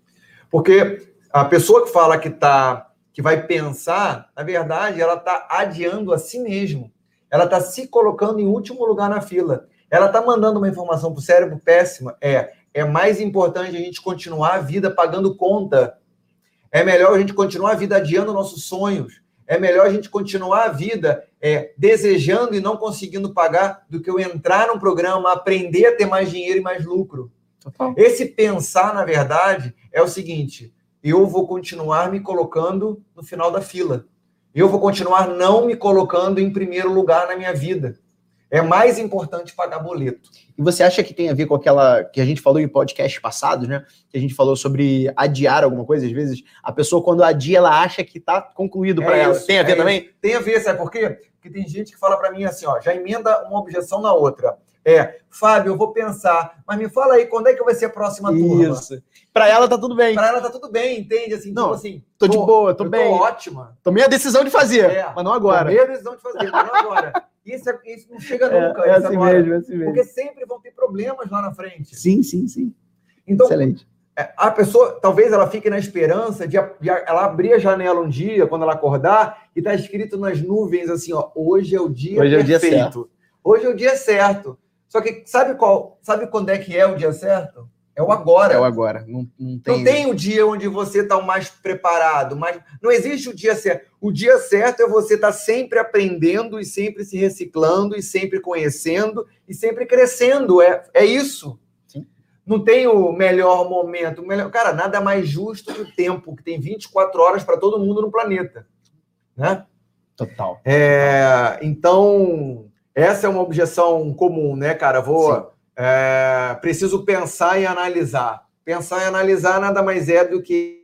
Porque a pessoa que fala que, tá, que vai pensar, na verdade, ela está adiando a si mesmo. Ela está se colocando em último lugar na fila. Ela está mandando uma informação para o cérebro péssima. É, é mais importante a gente continuar a vida pagando conta. É melhor a gente continuar a vida adiando nossos sonhos. É melhor a gente continuar a vida é, desejando e não conseguindo pagar do que eu entrar num programa, aprender a ter mais dinheiro e mais lucro. Total. Esse pensar, na verdade, é o seguinte, eu vou continuar me colocando no final da fila. Eu vou continuar não me colocando em primeiro lugar na minha vida. É mais importante pagar boleto. E você acha que tem a ver com aquela que a gente falou em podcasts passados, né? Que a gente falou sobre adiar alguma coisa. Às vezes, a pessoa, quando adia, ela acha que está concluído para é ela. Tem a ver é também? Isso. Tem a ver, sabe por quê? Porque tem gente que fala para mim assim, ó, já emenda uma objeção na outra. É, Fábio, eu vou pensar, mas me fala aí, quando é que vai ser a próxima turma? Isso. Pra ela tá tudo bem. Pra ela tá tudo bem, entende? Assim, não, tipo assim, tô de boa, tô bem. Tô ótima. Tomei a decisão de fazer, é, mas não agora. Tomei a decisão de fazer, mas não agora. Isso, é, isso não chega nunca. É, é isso assim agora, mesmo, é assim mesmo. Porque sempre vão ter problemas lá na frente. Sim, sim, sim. Então, excelente. A pessoa, talvez ela fique na esperança de, de ela abrir a janela um dia, quando ela acordar, e tá escrito nas nuvens assim, ó, hoje é o dia hoje perfeito. É o dia certo. Hoje é o dia certo. Só que sabe qual? Sabe quando é que é o dia certo? É o agora. É o agora. Não, não, tem... não tem o dia onde você está mais preparado, mas não existe o dia certo. O dia certo é você estar tá sempre aprendendo e sempre se reciclando e sempre conhecendo e sempre crescendo. É, é isso. Sim. Não tem o melhor momento. O melhor... Cara, nada mais justo que o tempo, que tem vinte e quatro horas para todo mundo no planeta. Né? Total. É, então... Essa é uma objeção comum, né, cara? Vou, é, preciso pensar e analisar. Pensar e analisar nada mais é do que...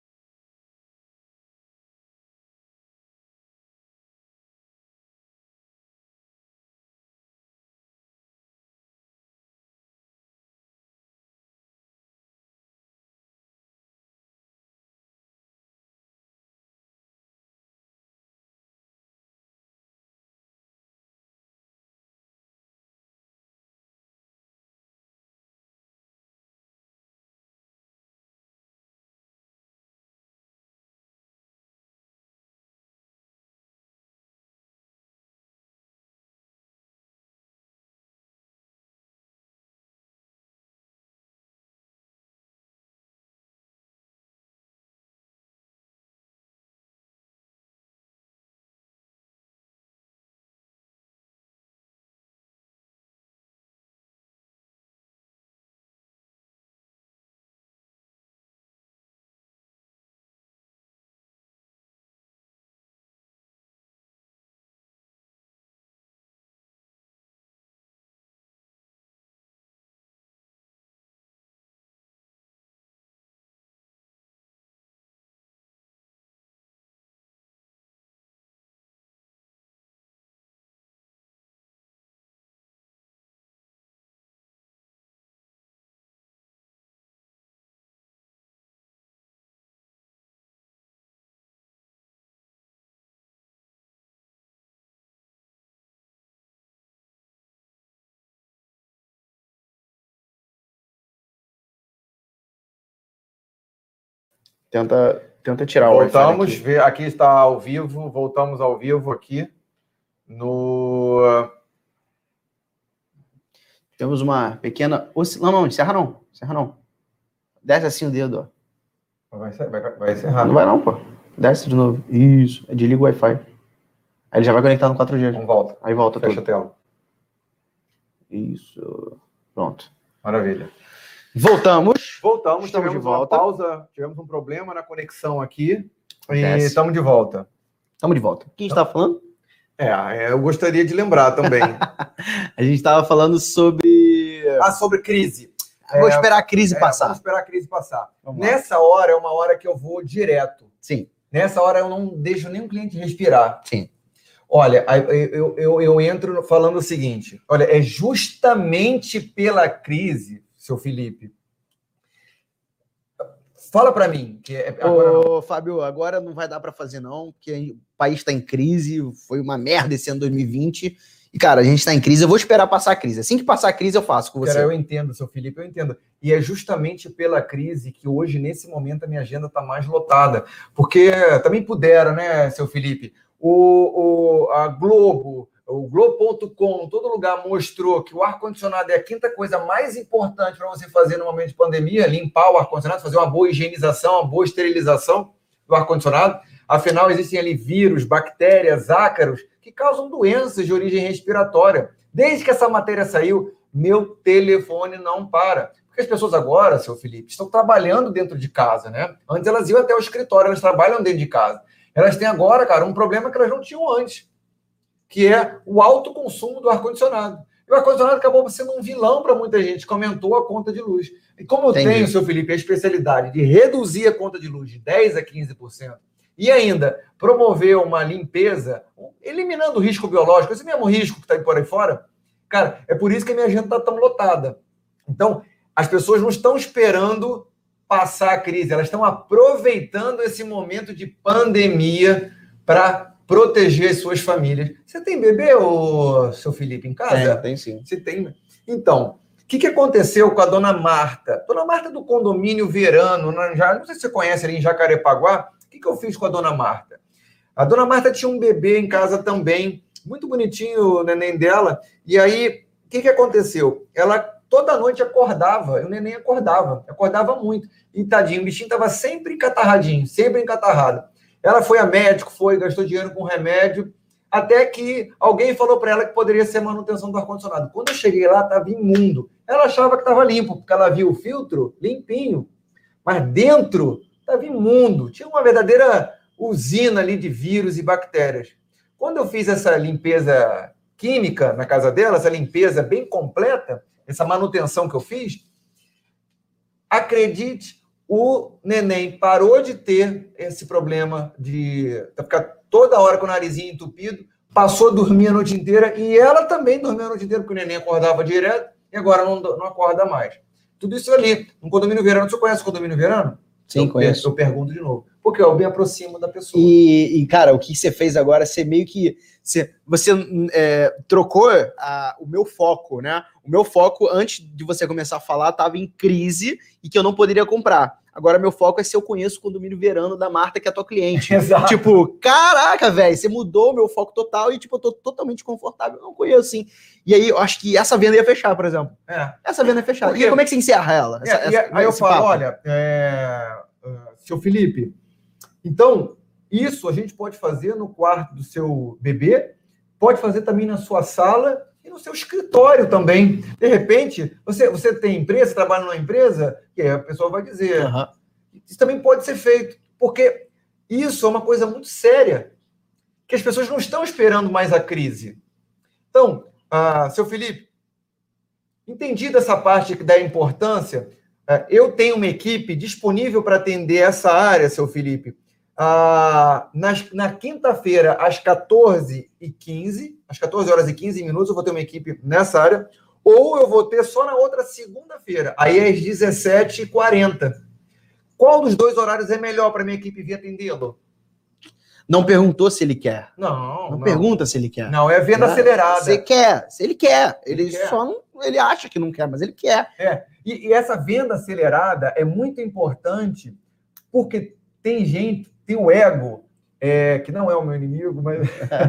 Tenta, tenta tirar voltamos, o Voltamos, aqui. Ver, aqui está ao vivo, voltamos ao vivo aqui no... Temos uma pequena... Não, não, encerra não, encerra não. Desce assim o dedo, ó. Vai, vai, vai encerrar. Não vai não, pô. Desce de novo. Isso, desliga o Wi-Fi. Aí ele já vai conectar no quatro G. Então volta. Aí volta Fecha tudo. a tela. Isso. Pronto. Maravilha. Voltamos. Voltamos, estamos tivemos de volta. Uma pausa, tivemos um problema na conexão aqui Desce. E estamos de volta. Estamos de volta. O que a gente estava falando? É, eu gostaria de lembrar também. A gente estava falando sobre... Ah, sobre crise. Vou é, esperar a crise é, passar. Vamos esperar a crise passar. Vamos Nessa lá. hora é uma hora que eu vou direto. Sim. Nessa hora eu não deixo nenhum cliente respirar. Sim. Olha, eu, eu, eu entro falando o seguinte. Olha, é justamente pela crise, seu Felipe. Fala para mim. Que é, agora Ô, Fábio, agora não vai dar para fazer não, porque o país está em crise, foi uma merda esse ano dois mil e vinte. E, cara, a gente está em crise, eu vou esperar passar a crise. Assim que passar a crise, eu faço com você. Cara, eu entendo, seu Felipe, eu entendo. E é justamente pela crise que hoje, nesse momento, a minha agenda está mais lotada. Porque também puderam, né, seu Felipe? O, o, a Globo, o Globo ponto com, todo lugar mostrou que o ar-condicionado é a quinta coisa mais importante para você fazer no momento de pandemia, limpar o ar-condicionado, fazer uma boa higienização, uma boa esterilização do ar-condicionado. Afinal, existem ali vírus, bactérias, ácaros, que causam doenças de origem respiratória. Desde que essa matéria saiu, meu telefone não para. Porque as pessoas agora, seu Felipe, estão trabalhando dentro de casa, né? Antes elas iam até o escritório, elas trabalham dentro de casa. Elas têm agora, cara, um problema que elas não tinham antes, que é o alto consumo do ar-condicionado. E o ar-condicionado acabou sendo um vilão para muita gente, que aumentou a conta de luz. E como eu Entendi. tenho, seu Felipe, a especialidade de reduzir a conta de luz de dez a quinze por cento, e ainda promover uma limpeza, eliminando o risco biológico, esse mesmo risco que está por aí fora, Cara, é por isso que a minha agenda está tão lotada. Então, as pessoas não estão esperando passar a crise, elas estão aproveitando esse momento de pandemia para proteger suas famílias. Você tem bebê, ô, seu Felipe, em casa? Tem, tem sim. Você tem. Então, o que, que aconteceu com a dona Marta? Dona Marta do condomínio Verano, já, não sei se você conhece ali em Jacarepaguá. O que, que eu fiz com a dona Marta? A dona Marta tinha um bebê em casa também, muito bonitinho o neném dela. E aí, o que, que aconteceu? Ela toda noite acordava, e o neném acordava, acordava muito. E tadinho, o bichinho estava sempre encatarradinho, sempre encatarrado. Ela foi a médico, foi, gastou dinheiro com remédio, até que alguém falou para ela que poderia ser manutenção do ar-condicionado. Quando eu cheguei lá, estava imundo. Ela achava que estava limpo, porque ela viu o filtro limpinho. Mas dentro estava imundo. Tinha uma verdadeira usina ali de vírus e bactérias. Quando eu fiz essa limpeza química na casa dela, essa limpeza bem completa, essa manutenção que eu fiz, acredite, o neném parou de ter esse problema de ficar toda hora com o narizinho entupido, passou a dormir a noite inteira, e ela também dormiu a noite inteira, porque o neném acordava direto, e agora não, não acorda mais. Tudo isso ali, no condomínio Verano. Você conhece o condomínio Verano? Sim, eu, conheço. Eu pergunto de novo. Porque eu me aproximo da pessoa. E, e cara, o que você fez agora, você meio que... Você, você é, trocou a, o meu foco, né? O meu foco, antes de você começar a falar, estava em crise e que eu não poderia comprar. Agora, meu foco é se eu conheço o condomínio Verano da Marta, que é a tua cliente. Exato. Tipo, caraca, velho, você mudou o meu foco total e, tipo, eu tô totalmente confortável. Eu não conheço, sim. E aí, eu acho que essa venda ia fechar, por exemplo. É. Essa venda ia fechar. Porque... E aí, como é que você encerra ela? É, Essa, e essa, aí eu falo, papo? olha, é, uh, seu Felipe, então, isso a gente pode fazer no quarto do seu bebê, pode fazer também na sua sala e no seu escritório também. De repente, você, você tem empresa, trabalha numa empresa, e aí a pessoa vai dizer, uhum. Isso também pode ser feito, porque isso é uma coisa muito séria, que as pessoas não estão esperando mais a crise. Então, uh, seu Felipe, entendido essa parte da importância, uh, eu tenho uma equipe disponível para atender essa área, seu Felipe. Uh, nas, na quinta-feira, às quatorze e quinze, às quatorze horas e quinze minutos, eu vou ter uma equipe nessa área, ou eu vou ter só na outra segunda-feira, aí às dezessete e quarenta. Qual dos dois horários é melhor para minha equipe vir atendê-lo? Não perguntou se ele quer. Não, não. Não não. pergunta se ele quer. Não, é venda né? acelerada. Você quer, se ele quer. Ele, ele quer. só não, ele acha que não quer, mas ele quer. É. E, e essa venda acelerada é muito importante porque tem gente, tem o ego, é, que não é o meu inimigo, mas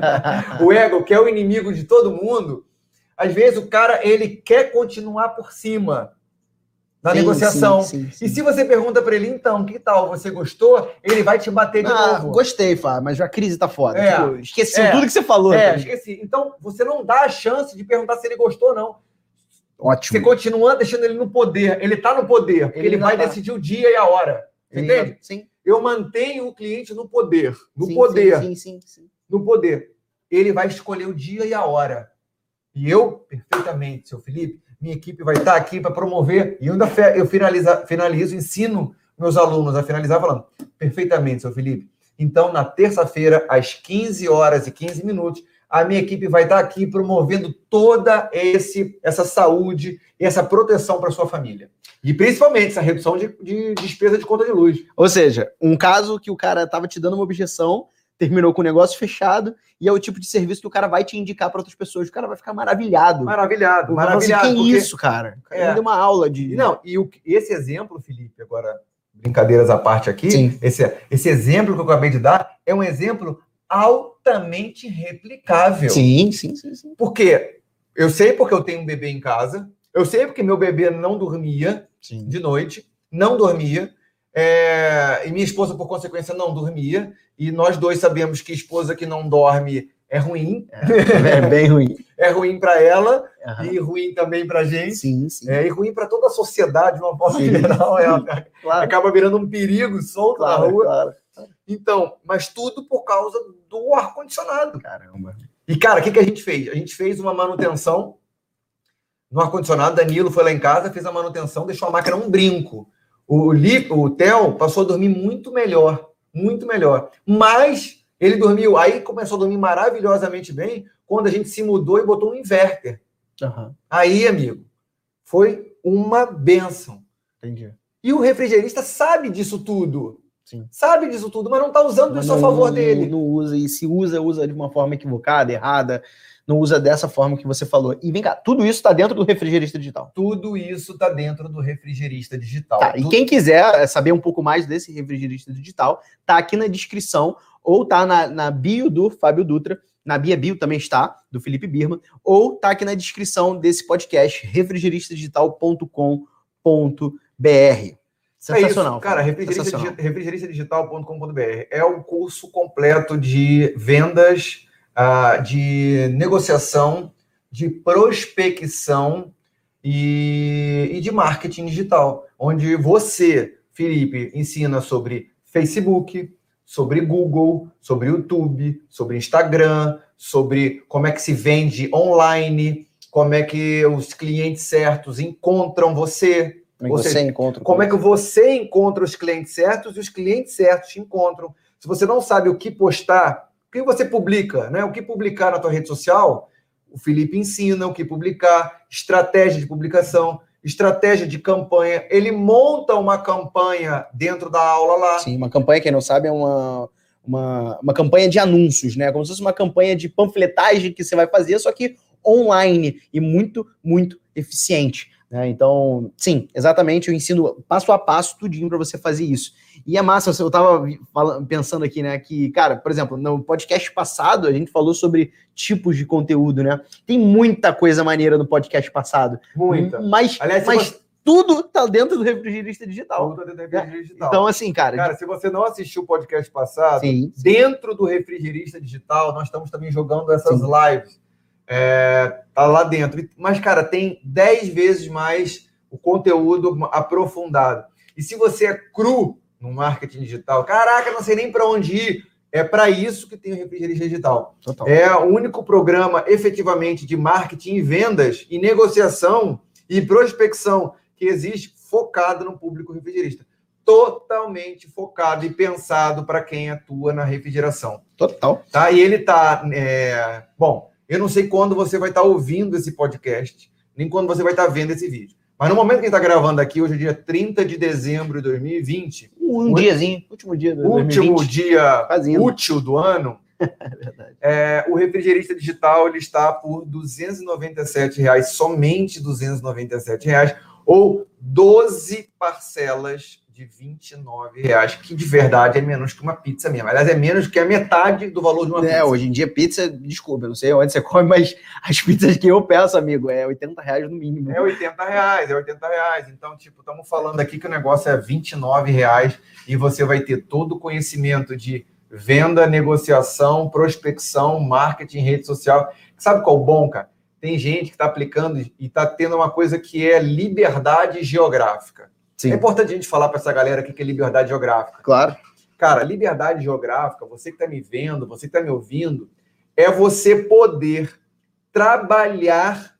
o ego, que é o inimigo de todo mundo. Às vezes o cara ele quer continuar por cima na sim, negociação. Sim, sim, sim. E se você pergunta para ele, então, que tal? Você gostou? Ele vai te bater de ah, novo. Gostei, Fábio, mas a crise tá foda. É, tipo, esqueci é, tudo que você falou. É, cara. esqueci. Então, você não dá a chance de perguntar se ele gostou ou não. Ótimo. Você continua deixando ele no poder. Ele tá no poder, porque ele, ele vai tá. decidir o dia e a hora. Você ele entende? Sim. Eu mantenho o cliente no poder. No sim, poder. Sim, sim, sim, sim. No poder. Ele vai escolher o dia e a hora. E eu, perfeitamente, seu Felipe, minha equipe vai estar aqui para promover, e eu ainda eu finalizo, finalizo, ensino meus alunos a finalizar falando, perfeitamente, seu Felipe. Então, na terça-feira, às quinze horas e quinze minutos, a minha equipe vai estar aqui promovendo toda esse, essa saúde e essa proteção para sua família. E principalmente essa redução de, de despesa de conta de luz. Ou seja, um caso que o cara estava te dando uma objeção, terminou com o negócio fechado, e é o tipo de serviço que o cara vai te indicar para outras pessoas. O cara vai ficar maravilhado. Maravilhado, maravilhado. Assim, que porque... isso, cara? O cara é. deu uma aula de... Não, e o, esse exemplo, Felipe, agora, brincadeiras à parte aqui, Sim. esse, esse exemplo que eu acabei de dar é um exemplo altamente replicável. Sim, sim, sim, sim. Porque eu sei porque eu tenho um bebê em casa, eu sei porque meu bebê não dormia sim. de noite, não dormia, é, e minha esposa, por consequência, não dormia, e nós dois sabemos que esposa que não dorme é ruim. É, é bem ruim. É ruim para ela, uhum. e ruim também para a gente. Sim, sim. É, e ruim para toda a sociedade, de uma forma sim. geral. É, claro. Acaba virando um perigo solto claro, na rua. Claro. Então, mas tudo por causa do ar-condicionado. Caramba. E, cara, o que, que a gente fez? A gente fez uma manutenção no ar-condicionado. Danilo foi lá em casa, fez a manutenção, deixou a máquina um brinco. O, o Theo passou a dormir muito melhor, muito melhor. Mas ele dormiu, aí começou a dormir maravilhosamente bem quando a gente se mudou e botou um inverter. Uhum. Aí, amigo, foi uma bênção. Entendi. E o refrigerista sabe disso tudo. Sim. Sabe disso tudo, mas não está usando Mas isso não, a favor não, dele. Não usa, e se usa, usa de uma forma equivocada, errada, não usa dessa forma que você falou. E vem cá, tudo isso está dentro do refrigerista digital. Tudo isso está dentro do refrigerista digital. Tá, tudo... E quem quiser saber um pouco mais desse refrigerista digital, tá aqui na descrição, ou tá na, na bio do Fábio Dutra, na Bia Bio também está, do Felipe Birman, ou tá aqui na descrição desse podcast, refrigerista digital ponto com ponto b r. Sensacional. É isso, cara, refrigerista digital ponto com ponto b r é um curso completo de vendas, uh, de negociação, de prospecção e, e de marketing digital, onde você, Felipe, ensina sobre Facebook, sobre Google, sobre YouTube, sobre Instagram, sobre como é que se vende online, como é que os clientes certos encontram você. Como é que você encontra? Como é que você encontra os clientes certos e os clientes certos te encontram. Se você não sabe o que postar, o que você publica, né? O que publicar na tua rede social, o Felipe ensina o que publicar, estratégia de publicação, estratégia de campanha. Ele monta uma campanha dentro da aula lá. Sim, uma campanha, quem não sabe, é uma, uma, uma campanha de anúncios, né? Como se fosse uma campanha de panfletagem que você vai fazer, só que online e muito, muito eficiente. Né? Então, sim, exatamente, eu ensino passo a passo tudinho para você fazer isso. E é massa, eu estava pensando aqui, né, que, cara, por exemplo, no podcast passado a gente falou sobre tipos de conteúdo, né? Tem muita coisa maneira no podcast passado. Muita. Mas, Aliás, mas você... tudo tá dentro do refrigerista digital. Tudo dentro do refrigerista digital. Então, assim, cara... Cara, se você não assistiu o podcast passado, sim, dentro do refrigerista digital, nós estamos também jogando essas sim. lives. É, tá lá dentro. Mas, cara, tem dez vezes mais o conteúdo aprofundado. E se você é cru no marketing digital, caraca, não sei nem para onde ir, é para isso que tem o refrigerista digital. Total. É o único programa efetivamente de marketing e vendas e negociação e prospecção que existe focado no público refrigerista. Totalmente focado e pensado para quem atua na refrigeração. Total. Tá? E ele tá... É... Bom... Eu não sei quando você vai estar ouvindo esse podcast, nem quando você vai estar vendo esse vídeo. Mas no momento que a gente está gravando aqui, hoje é dia trinta de dezembro de dois mil e vinte. Um diazinho, último dia do Último dois mil e vinte. dia Fazendo. útil do ano. É verdade. É, o refrigerista digital ele está por duzentos e noventa e sete reais, somente duzentos e noventa e sete reais, ou doze parcelas de vinte e nove reais, que de verdade é menos que uma pizza mesmo. Aliás, é menos que a metade do valor de uma é, pizza. Hoje em dia, pizza, desculpa, eu não sei onde você come, mas as pizzas que eu peço, amigo, é oitenta reais no mínimo. É oitenta reais, é oitenta reais. Então, tipo, estamos falando aqui que o negócio é vinte e nove reais e você vai ter todo o conhecimento de venda, negociação, prospecção, marketing, rede social. Sabe qual é o bom, cara? Tem gente que está aplicando e está tendo uma coisa que é liberdade geográfica. Sim. É importante a gente falar para essa galera aqui que é liberdade geográfica. Claro. Cara, liberdade geográfica, você que está me vendo, você que está me ouvindo, é você poder trabalhar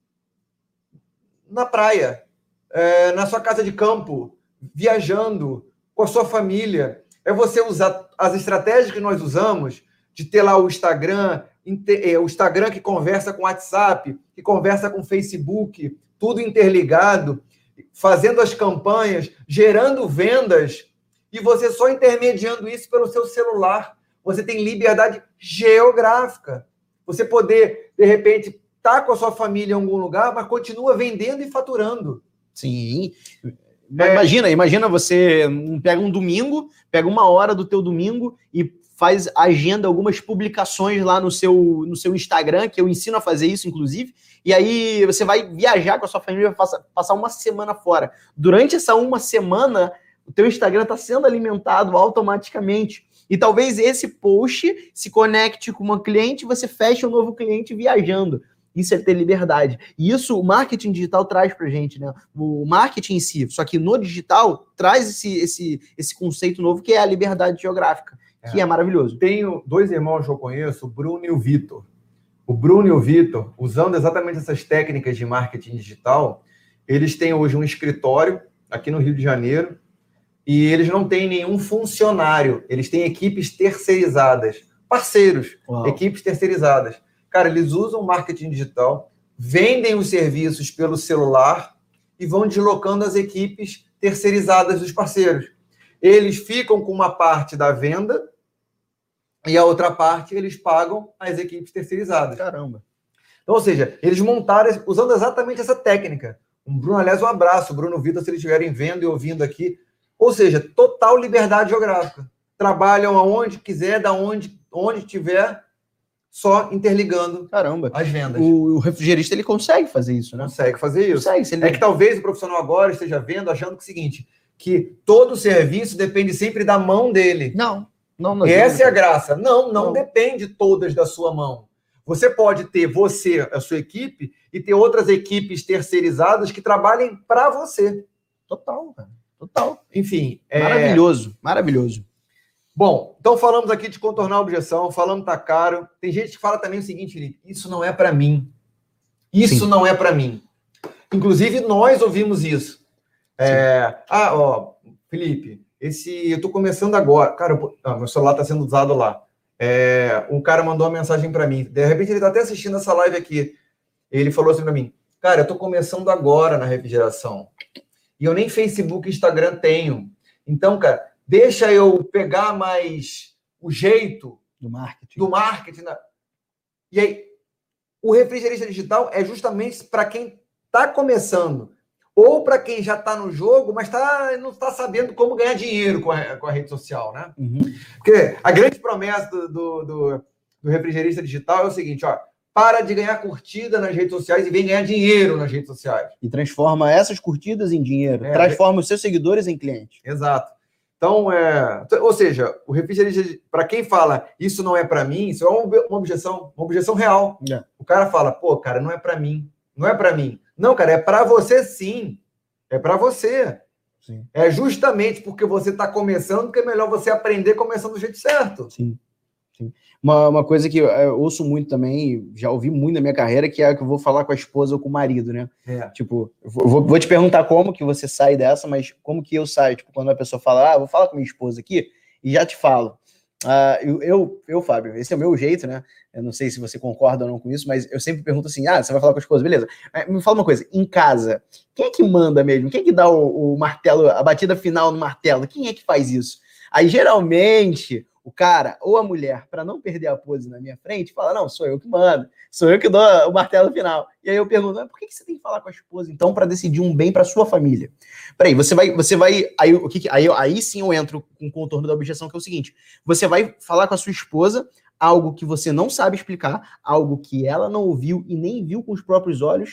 na praia, é, na sua casa de campo, viajando com a sua família. É você usar as estratégias que nós usamos de ter lá o Instagram, o Instagram que conversa com o WhatsApp, que conversa com o Facebook, tudo interligado, fazendo as campanhas, gerando vendas, e você só intermediando isso pelo seu celular. Você tem liberdade geográfica. Você poder, de repente, estar com a sua família em algum lugar, mas continua vendendo e faturando. Sim. É... Imagina, imagina você pega um domingo, pega uma hora do teu domingo e faz agenda algumas publicações lá no seu, no seu Instagram, que eu ensino a fazer isso, inclusive, e aí você vai viajar com a sua família, vai passar uma semana fora. Durante essa uma semana, o teu Instagram está sendo alimentado automaticamente. E talvez esse post se conecte com uma cliente e você feche um novo cliente viajando. Isso é ter liberdade. E isso o marketing digital traz pra gente, né? O marketing em si, só que no digital traz esse, esse, esse conceito novo que é a liberdade geográfica, que é, é maravilhoso. Tenho dois irmãos que eu conheço, o Bruno e o Vitor. O Bruno e o Vitor, usando exatamente essas técnicas de marketing digital, eles têm hoje um escritório aqui no Rio de Janeiro e eles não têm nenhum funcionário. Eles têm equipes terceirizadas, parceiros, Uau. equipes terceirizadas. Cara, eles usam marketing digital, vendem os serviços pelo celular e vão deslocando as equipes terceirizadas dos parceiros. Eles ficam com uma parte da venda e a outra parte eles pagam as equipes terceirizadas. Caramba. Então, ou seja, eles montaram usando exatamente essa técnica. Um Bruno, aliás, um abraço, Bruno Vitor, se eles estiverem vendo e ouvindo aqui. Ou seja, total liberdade geográfica. Trabalham aonde quiser, da onde, onde tiver, só interligando Caramba. as vendas. O, o refrigerista, ele consegue fazer isso, né? Consegue fazer isso. Consegue, se ele... É que talvez o profissional agora esteja vendo, achando que é o seguinte, que todo serviço depende sempre da mão dele. Não. não, não Essa é a graça. Não, não, não depende todas da sua mão. Você pode ter você, a sua equipe, e ter outras equipes terceirizadas que trabalhem para você. Total, cara. Total. Enfim. Maravilhoso, é... maravilhoso. Bom, então falamos aqui de contornar a objeção, falamos que tá caro. Tem gente que fala também o seguinte, Felipe, isso não é para mim. Isso Sim. não é para mim. Inclusive, nós ouvimos isso. É... Ah, ó, Felipe, esse eu tô começando agora. Cara, eu... ah, meu celular tá sendo usado lá. É, um cara mandou uma mensagem para mim. De repente, ele está até assistindo essa live aqui. Ele falou assim para mim, cara, eu estou começando agora na refrigeração. E eu nem Facebook e Instagram tenho. Então, cara, deixa eu pegar mais o jeito do marketing. Do marketing. Né? E aí, o refrigerista digital é justamente para quem está começando. Ou para quem já está no jogo, mas tá, não está sabendo como ganhar dinheiro com a, com a rede social, né? Uhum. Porque a grande promessa do, do, do, do refrigerista digital é o seguinte, ó, para de ganhar curtida nas redes sociais e vem ganhar dinheiro nas redes sociais. E transforma essas curtidas em dinheiro, é, transforma é... os seus seguidores em clientes. Exato. Então, é... ou seja, o refrigerista, para quem fala, isso não é para mim, isso é uma objeção, uma objeção real. É. O cara fala, pô, cara, não é para mim, não é para mim. Não, cara, é para você sim. É para você. Sim. É justamente porque você está começando que é melhor você aprender começando do jeito certo. Sim. Sim. Uma, uma coisa que eu ouço muito também, já ouvi muito na minha carreira, que é que eu vou falar com a esposa ou com o marido, né? É. Tipo, eu vou, vou te perguntar como que você sai dessa, mas como que eu saio? Tipo, quando a pessoa fala, ah, vou falar com minha esposa aqui, e já te falo. Uh, eu, eu, eu, Fábio, esse é o meu jeito, né? Eu não sei se você concorda ou não com isso, mas eu sempre pergunto assim, ah, você vai falar com a esposa, beleza. Me fala uma coisa, em casa, quem é que manda mesmo? Quem é que dá o, o martelo, a batida final no martelo? Quem é que faz isso? Aí, geralmente, o cara ou a mulher, para não perder a pose na minha frente, fala, não, sou eu que mando, sou eu que dou o martelo final. E aí eu pergunto, por que você tem que falar com a esposa, então, para decidir um bem para sua família? Peraí, você vai, você vai, aí, o que, aí, aí sim eu entro com o contorno da objeção, que é o seguinte, você vai falar com a sua esposa algo que você não sabe explicar, algo que ela não ouviu e nem viu com os próprios olhos,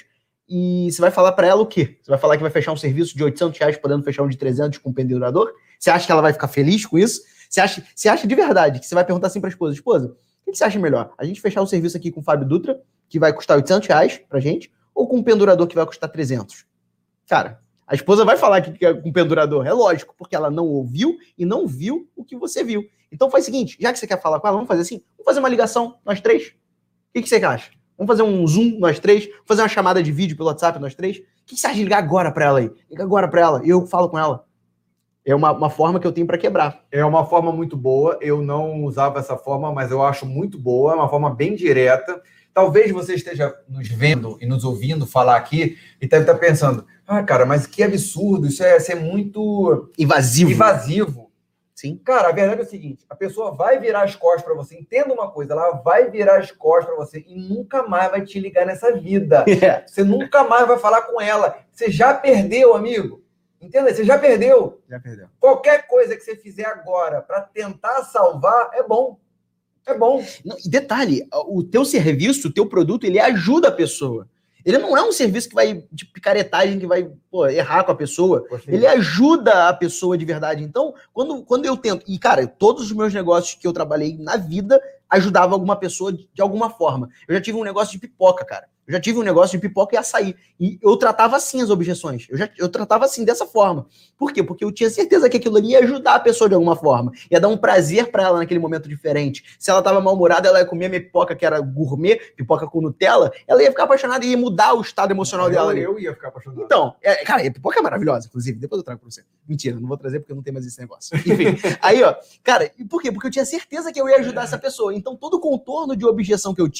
e você vai falar para ela o quê? Você vai falar que vai fechar um serviço de oitocentos reais, podendo fechar um de trezentos com um pendurador? Você acha que ela vai ficar feliz com isso? Você acha, você acha de verdade que você vai perguntar assim para a esposa, esposa, o que você acha melhor? A gente fechar o serviço aqui com o Fábio Dutra, que vai custar oitocentos reais pra gente, ou com um pendurador que vai custar trezentos? Cara, a esposa vai falar que é com pendurador, é lógico, porque ela não ouviu e não viu o que você viu. Então faz o seguinte, já que você quer falar com ela, vamos fazer assim, vamos fazer uma ligação, nós três. O que, que você acha? Vamos fazer um Zoom, nós três, vamos fazer uma chamada de vídeo pelo WhatsApp, nós três. O que, que você acha de ligar agora pra ela aí? Liga agora pra ela e eu falo com ela. É uma, uma forma que eu tenho para quebrar. É uma forma muito boa, eu não usava essa forma, mas eu acho muito boa, é uma forma bem direta. Talvez você esteja nos vendo e nos ouvindo falar aqui e deve estar pensando, ah, cara, mas que absurdo, isso é, isso é muito... Invasivo. Invasivo. Sim. Cara, a verdade é o seguinte, a pessoa vai virar as costas para você, entenda uma coisa, ela vai virar as costas para você e nunca mais vai te ligar nessa vida. Yeah. Você nunca mais vai falar com ela. Você já perdeu, amigo. Entenda? Você já perdeu. Já perdeu. Qualquer coisa que você fizer agora para tentar salvar é bom. É bom. Não, e detalhe, o teu serviço, o teu produto, ele ajuda a pessoa. Ele não é um serviço que vai de picaretagem, que vai pô, errar com a pessoa. Poxa, ele ajuda a pessoa de verdade. Então, quando, quando eu tento... E, cara, todos os meus negócios que eu trabalhei na vida ajudavam alguma pessoa de, de alguma forma. Eu já tive um negócio de pipoca, cara. Eu já tive um negócio de pipoca e açaí. E eu tratava assim as objeções. Eu, já, eu tratava assim, dessa forma. Por quê? Porque eu tinha certeza que aquilo ali ia ajudar a pessoa de alguma forma. Ia dar um prazer pra ela naquele momento diferente. Se ela tava mal-humorada, ela ia comer minha pipoca, que era gourmet, pipoca com Nutella, ela ia ficar apaixonada e ia mudar o estado emocional eu, dela. Eu ia ficar apaixonado. Então, é, cara, a pipoca é maravilhosa, inclusive. Depois eu trago pra você. Mentira, não vou trazer porque eu não tenho mais esse negócio. Enfim, aí, ó. Cara, e por quê? Porque eu tinha certeza que eu ia ajudar essa pessoa. Então, todo o contorno de objeção que eu tinha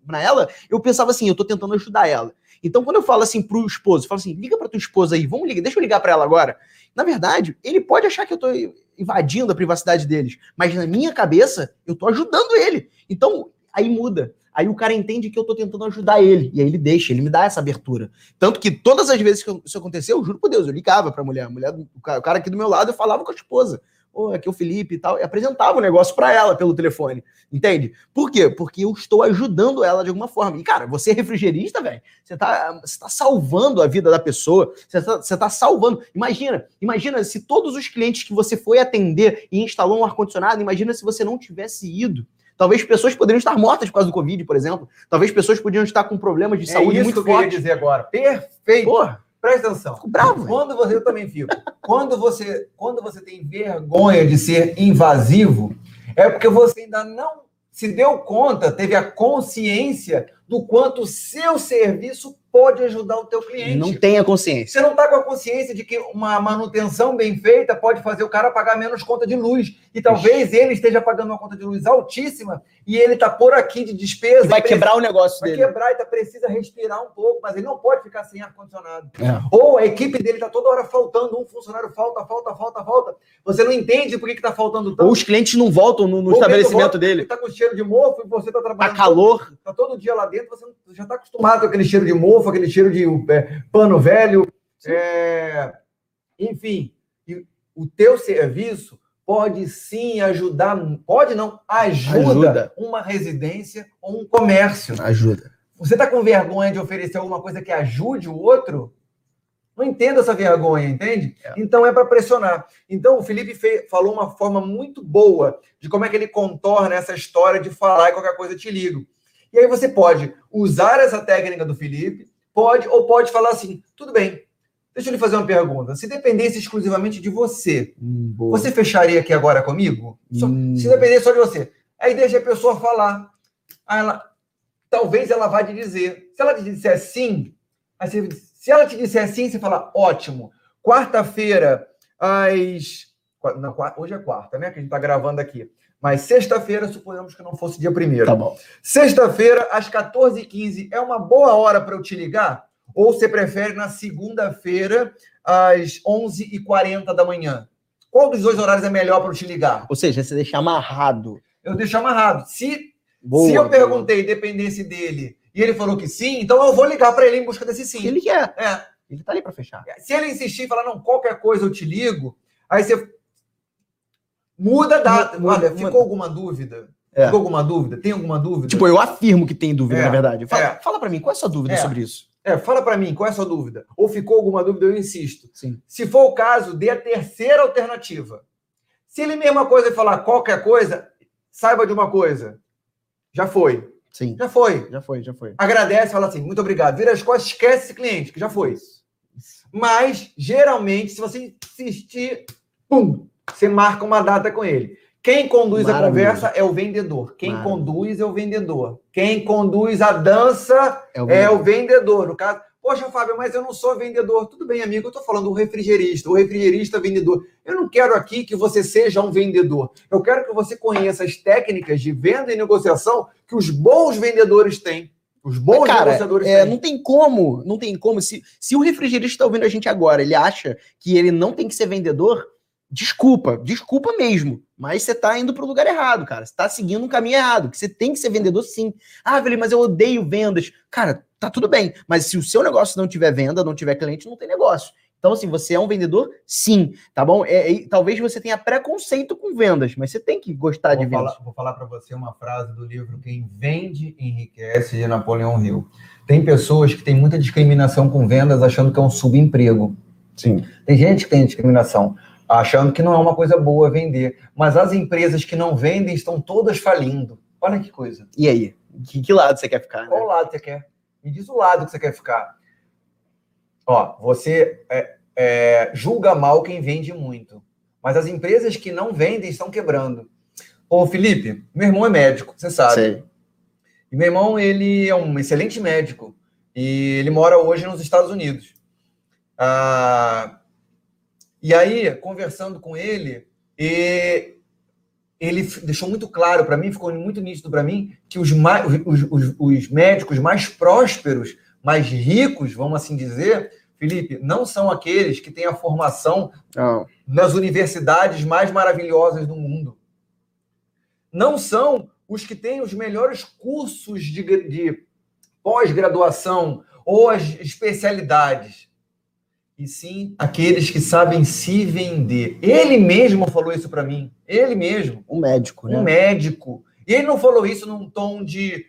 pra ela, eu pensava assim, eu tô tentando ajudar ela. Então, quando eu falo assim pro esposo, eu falo assim, liga pra tua esposa aí, vamos ligar, deixa eu ligar pra ela agora. Na verdade, ele pode achar que eu tô invadindo a privacidade deles, mas na minha cabeça, eu tô ajudando ele. Então, aí muda. Aí o cara entende que eu tô tentando ajudar ele. E aí ele deixa, ele me dá essa abertura. Tanto que todas as vezes que isso aconteceu, eu juro por Deus, eu ligava pra mulher. A mulher, o cara aqui do meu lado, eu falava com a esposa. Ô, aqui é o Felipe e tal. E apresentava o negócio pra ela pelo telefone. Entende? Por quê? Porque eu estou ajudando ela de alguma forma. E, cara, você é refrigerista, velho. Você tá, você tá salvando a vida da pessoa. Você tá, você tá salvando. Imagina, imagina se todos os clientes que você foi atender e instalou um ar-condicionado, imagina se você não tivesse ido. Talvez pessoas poderiam estar mortas por causa do Covid, por exemplo. Talvez pessoas poderiam estar com problemas de saúde é muito fortes. É isso que eu queria dizer agora. Perfeito. Porra. Presta atenção. Fico bravo. Quando você, eu também fico. Quando você, quando você tem vergonha de ser invasivo, é porque você ainda não se deu conta, teve a consciência do quanto o seu serviço pode ajudar o teu cliente. Não tem a consciência. Você não está com a consciência de que uma manutenção bem feita pode fazer o cara pagar menos conta de luz. E talvez Ixi. ele esteja pagando uma conta de luz altíssima e ele está por aqui de despesa. E vai quebrar precisa, o negócio vai dele. Vai quebrar e tá, precisa respirar um pouco, mas ele não pode ficar sem ar-condicionado. É. Ou a equipe dele está toda hora faltando, um funcionário falta, falta, falta, falta. Você não entende por que está faltando tanto. Ou os clientes não voltam no, no estabelecimento volta, dele. Está com cheiro de mofo e você está trabalhando. Tá calor. Está todo, todo dia lá dentro, você já está acostumado com aquele cheiro de mofo, aquele cheiro de é, pano velho. É, enfim, o teu serviço pode sim ajudar, pode não, ajuda, ajuda. uma residência ou um comércio. Ajuda. Você está com vergonha de oferecer alguma coisa que ajude o outro? Não entendo essa vergonha, entende? É. Então é para pressionar. Então o Felipe fez, falou uma forma muito boa de como é que ele contorna essa história de falar e qualquer coisa te ligo. E aí você pode usar essa técnica do Felipe, pode ou pode falar assim, tudo bem, deixa eu lhe fazer uma pergunta. Se dependesse exclusivamente de você, hum, você fecharia aqui agora comigo? Só, hum. Se dependesse só de você. Aí deixa a pessoa falar. Aí ela, talvez ela vá te dizer. Se ela te disser sim, aí você, se ela te disser sim, você fala, ótimo. Quarta-feira, às... Não, hoje é quarta, né? Que a gente está gravando aqui. Mas sexta-feira, suponhamos que não fosse dia primeiro. Tá bom. Sexta-feira, às quatorze e quinze, é uma boa hora para eu te ligar? Ou você prefere na segunda-feira, às onze e quarenta da manhã? Qual dos dois horários é melhor para eu te ligar? Ou seja, você deixa amarrado. Eu deixo amarrado. Se, boa, se eu perguntei, boa. dependesse dele, e ele falou que sim, então eu vou ligar para ele em busca desse sim. Se ele quer. É. Ele tá ali para fechar. Se ele insistir e falar, não, qualquer coisa eu te ligo, aí você muda a data. Muda, Olha, muda. Ficou alguma dúvida? É. Ficou alguma dúvida? Tem alguma dúvida? Tipo, eu afirmo que tem dúvida, é. na verdade. Fala, é. fala para mim, qual é a sua dúvida é. sobre isso? É, fala para mim, qual é a sua dúvida? Ou ficou alguma dúvida, eu insisto. Sim. Se for o caso, dê a terceira alternativa. Se ele mesma coisa e falar qualquer coisa, saiba de uma coisa. Já foi. Sim. Já foi. Já foi, já foi. Agradece, fala assim, muito obrigado. Vira as costas, esquece esse cliente, que já foi. Isso. Isso. Mas, geralmente, se você insistir, pum, você marca uma data com ele. Quem conduz Maravilha. a conversa é o vendedor. Quem Maravilha. conduz é o vendedor. Quem conduz a dança é o vendedor. É o vendedor. No caso, poxa, Fábio, mas eu não sou vendedor. Tudo bem, amigo, eu estou falando do refrigerista. O refrigerista vendedor. Eu não quero aqui que você seja um vendedor. Eu quero que você conheça as técnicas de venda e negociação que os bons vendedores têm. Os bons Cara, negociadores é, têm. Não tem como, não tem como. Se, se o refrigerista está ouvindo a gente agora, ele acha que ele não tem que ser vendedor... Desculpa, desculpa mesmo, mas você tá indo pro lugar errado, cara. Você tá seguindo um caminho errado, que você tem que ser vendedor sim. Ah, Veli, mas eu odeio vendas. Cara, tá tudo bem, mas se o seu negócio não tiver venda, não tiver cliente, não tem negócio. Então, assim, você é um vendedor? Sim, tá bom? É, é, talvez você tenha preconceito com vendas, mas você tem que gostar vou de vendas. Falar, vou falar para você uma frase do livro Quem Vende Enriquece, de Napoleão Hill. Tem pessoas que têm muita discriminação com vendas achando que é um subemprego. Sim. Tem gente que tem discriminação achando que não é uma coisa boa vender. Mas as empresas que não vendem estão todas falindo. Olha que coisa. E aí? Que, que lado você quer ficar? Né? Qual lado você quer? Me diz o lado que você quer ficar. Ó, você é, é, julga mal quem vende muito. Mas as empresas que não vendem estão quebrando. Ô, Felipe, meu irmão é médico, você sabe. Sei. E meu irmão, ele é um excelente médico. E ele mora hoje nos Estados Unidos. Ah... E aí, conversando com ele, e ele deixou muito claro para mim, ficou muito nítido para mim, que os, mais, os, os, os médicos mais prósperos, mais ricos, vamos assim dizer, Felipe, não são aqueles que têm a formação oh. nas universidades mais maravilhosas do mundo. Não são os que têm os melhores cursos de, de pós-graduação ou as especialidades. E sim, aqueles que sabem se vender. Ele mesmo falou isso para mim. Ele mesmo. Um médico, né? Um médico. E ele não falou isso num tom de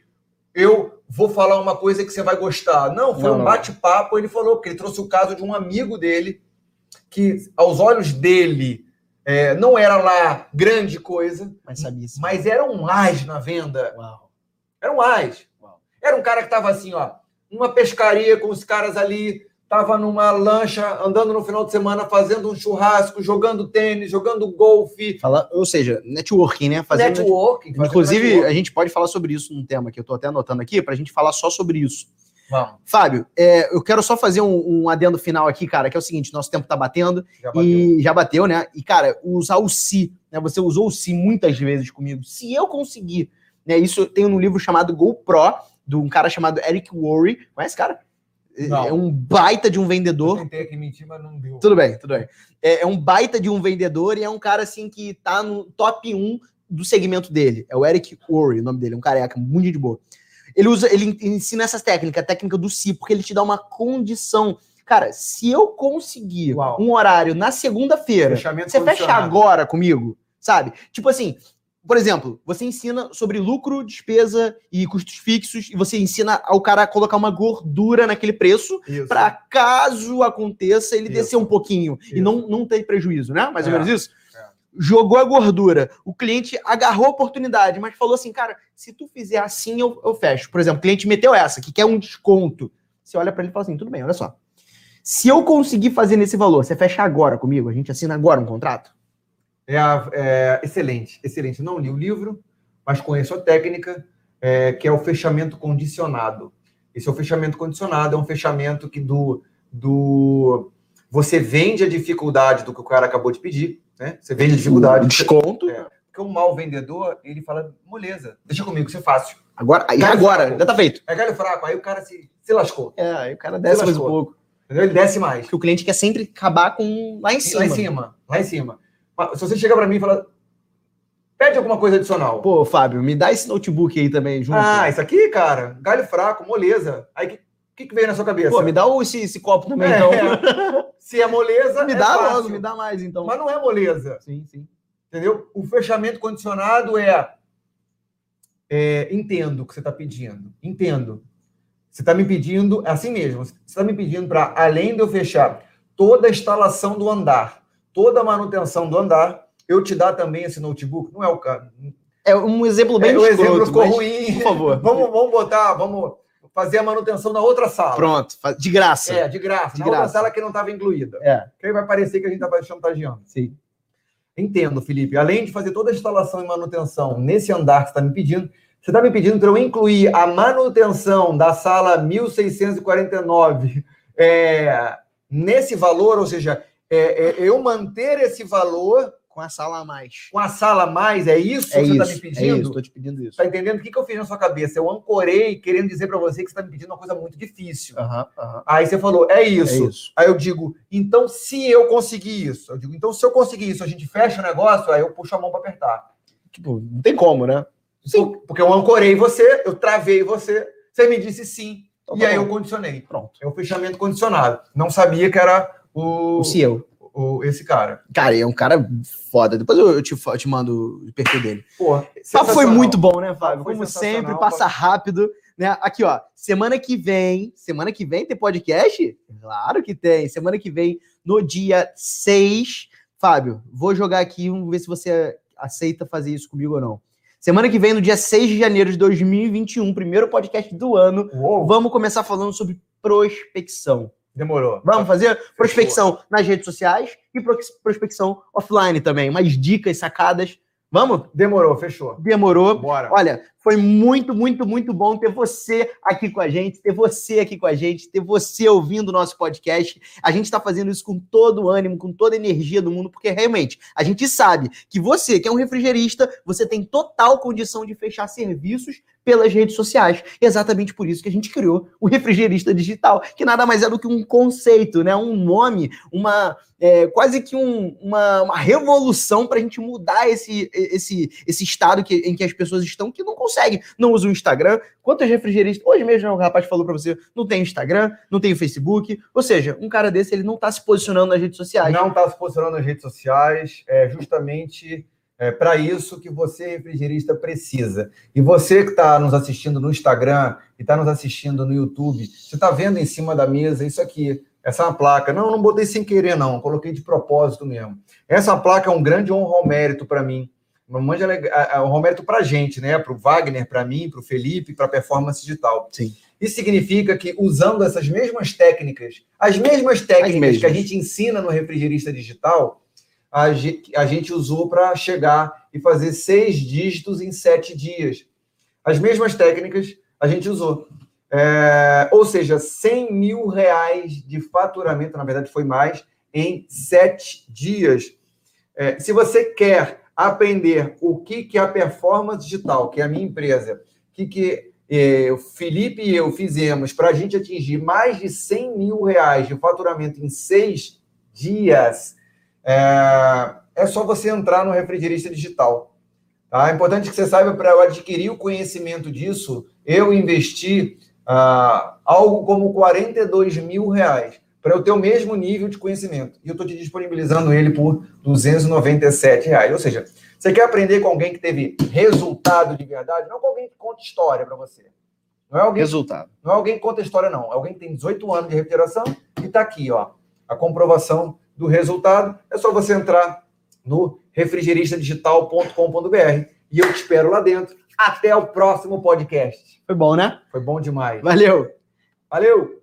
eu vou falar uma coisa que você vai gostar. Não, foi não, um bate-papo. Ele falou, porque ele trouxe o caso de um amigo dele que, aos olhos dele, é, não era lá grande coisa, mas sabia sim. Mas era um as na venda. Uau. Era um as. Uau. Era um cara que estava assim, ó, numa pescaria com os caras ali, estava numa lancha, andando no final de semana, fazendo um churrasco, jogando tênis, jogando golfe. Fala, ou seja, networking, né? Fazendo networking. Net... Inclusive, networking. A gente pode falar sobre isso num tema que eu estou até anotando aqui, para a gente falar só sobre isso. Vamos. Fábio, é, eu quero só fazer um, um adendo final aqui, cara, que é o seguinte, nosso tempo tá batendo já bateu. e já bateu, né? E, cara, usar o se, né? Você usou o se muitas vezes comigo. Se eu conseguir, né? Isso eu tenho num livro chamado GoPro, de um cara chamado Eric Worre. Conhece, cara? Não. É um baita de um vendedor. Eu tentei aqui mentir, mas não deu. Tudo bem, tudo bem. É, é um baita de um vendedor e é um cara, assim, que tá no top um do segmento dele. É o Eric Worre, o nome dele. É um careca, muito de boa. Ele usa, ele ensina essas técnicas, a técnica do si, porque ele te dá uma condição. Cara, se eu conseguir Uau. um horário na segunda-feira, você fecha agora comigo, sabe? Tipo assim, por exemplo, você ensina sobre lucro, despesa e custos fixos, e você ensina ao cara a colocar uma gordura naquele preço, para caso aconteça, ele isso. descer um pouquinho isso. e não, não ter prejuízo, né? Mais é. ou menos isso? Jogou a gordura, o cliente agarrou a oportunidade, mas falou assim, cara, se tu fizer assim, eu, eu fecho. Por exemplo, o cliente meteu essa, que quer um desconto. Você olha para ele e fala assim, tudo bem, olha só. Se eu conseguir fazer nesse valor, você fecha agora comigo? A gente assina agora um contrato? É, é excelente, excelente. Não li o livro, mas conheço a técnica, é, que é o fechamento condicionado. Esse é o fechamento condicionado, é um fechamento que do... do você vende a dificuldade do que o cara acabou de pedir, né? Você vende a dificuldade. O desconto. É. Porque um mau vendedor, ele fala, moleza, deixa comigo, isso é fácil. Agora, aí agora, fraco. já tá feito. É galho fraco, aí o cara se, se lascou. É, aí o cara desce mais um pouco. Entendeu? Ele desce mais. Porque o cliente quer sempre acabar com lá em cima. Lá em cima, lá em cima. Se você chega pra mim e fala, pede alguma coisa adicional. Pô, Fábio, me dá esse notebook aí também, junto. Ah, isso aqui, cara, galho fraco, moleza. Aí que O que, que veio na sua cabeça? Pô, me dá esse, esse copo também, é, então. É. Se é moleza, me é dá fácil. logo, me dá mais, então. Mas não é moleza. Sim, sim. Entendeu? O fechamento condicionado é, é entendo o que você está pedindo. Entendo. Você está me pedindo, é assim mesmo, você está me pedindo para, além de eu fechar toda a instalação do andar, toda a manutenção do andar, eu te dar também esse notebook. Não é o caso. É um exemplo bem é, escroto, o exemplo ficou mas, ruim. Por favor. vamos, vamos botar, vamos fazer a manutenção na outra sala. Pronto, de graça. É, de graça. De na graça. outra sala que não estava incluída. É. Que aí vai parecer que a gente estava chantageando. Sim. Entendo, Felipe. Além de fazer toda a instalação e manutenção nesse andar que você está me pedindo, você está me pedindo para eu incluir a manutenção da sala mil seiscentos e quarenta e nove é, nesse valor, ou seja, é, é, eu manter esse valor com a sala a mais. Com a sala a mais, é isso é que isso, você está me pedindo? É isso, estou te pedindo isso. Está entendendo? O que, que eu fiz na sua cabeça? Eu ancorei querendo dizer para você que você está me pedindo uma coisa muito difícil. Uhum, uhum. Aí você falou, é isso. é isso. Aí eu digo, então se eu conseguir isso, eu digo, então se eu conseguir isso, a gente fecha o negócio, aí eu puxo a mão para apertar. Tipo, não tem como, né? Sim. Porque eu ancorei você, eu travei você, você me disse sim, então, e tá aí bom. Eu condicionei. Pronto. É o fechamento condicionado. Não sabia que era o... O C E O. O, esse cara. Cara, é um cara foda. Depois eu te, eu te mando o perfil dele. Porra, papo foi muito bom, né, Fábio? Foi Como sempre, passa rápido. Né? Aqui, ó, semana que vem, semana que vem tem podcast? Claro que tem. Semana que vem, no dia seis. Fábio, vou jogar aqui, vamos ver se você aceita fazer isso comigo ou não. Semana que vem, no dia seis de janeiro de dois mil e vinte e um, primeiro podcast do ano, Uou. Vamos começar falando sobre prospecção. Demorou. Vamos fazer prospecção nas redes sociais e prospecção offline também. Umas dicas, sacadas Vamos? Demorou, fechou. Demorou. Bora. Olha, foi muito, muito, muito bom ter você aqui com a gente, ter você aqui com a gente, ter você ouvindo o nosso podcast. A gente está fazendo isso com todo o ânimo, com toda a energia do mundo, porque realmente a gente sabe que você, que é um refrigerista, você tem total condição de fechar serviços pelas redes sociais. Exatamente por isso que a gente criou o Refrigerista Digital, que nada mais é do que um conceito, né? Um nome, uma é, quase que um, uma, uma revolução para a gente mudar esse, esse, esse estado que, em que as pessoas estão, que não conseguem, não usam o Instagram. Quantos refrigeristas... Hoje mesmo o rapaz falou para você, não tem Instagram, não tem Facebook, ou seja, um cara desse, ele não está se posicionando nas redes sociais. Não está se posicionando nas redes sociais, é justamente... É para isso que você, refrigerista, precisa. E você que está nos assistindo no Instagram e está nos assistindo no YouTube, você está vendo em cima da mesa isso aqui, essa é uma placa. Não, não botei sem querer, não. Coloquei de propósito mesmo. Essa placa é um grande honra ao mérito para mim. Um honra ao mérito para a gente, né? Para o Wagner, para mim, para o Felipe, para a Performance Digital. Sim. Isso significa que, usando essas mesmas técnicas, as mesmas técnicas as mesmas. que a gente ensina no Refrigerista Digital, a gente, a gente usou para chegar e fazer seis dígitos em sete dias. As mesmas técnicas a gente usou. É, ou seja, cem mil reais de faturamento, na verdade foi mais, em sete dias. É, se você quer aprender o que, que é a Performance Digital, que é a minha empresa, o que, que é, o Felipe e eu fizemos para a gente atingir mais de cem mil reais de faturamento em seis dias... É, é só você entrar no Refrigerista Digital. Tá? É importante que você saiba, para eu adquirir o conhecimento disso, eu investi ah, algo como quarenta e dois mil reais para eu ter o mesmo nível de conhecimento. E eu estou te disponibilizando ele por duzentos e noventa e sete reais. Ou seja, você quer aprender com alguém que teve resultado de verdade, não com alguém que conta história para você. Não é alguém, resultado. Não é alguém que conta história, não. É alguém que tem dezoito anos de refrigeração e está aqui, ó, a comprovação do resultado. É só você entrar no refrigerista digital ponto com ponto b r e eu te espero lá dentro. Até o próximo podcast. Foi bom, né? Foi bom demais. Valeu. Valeu.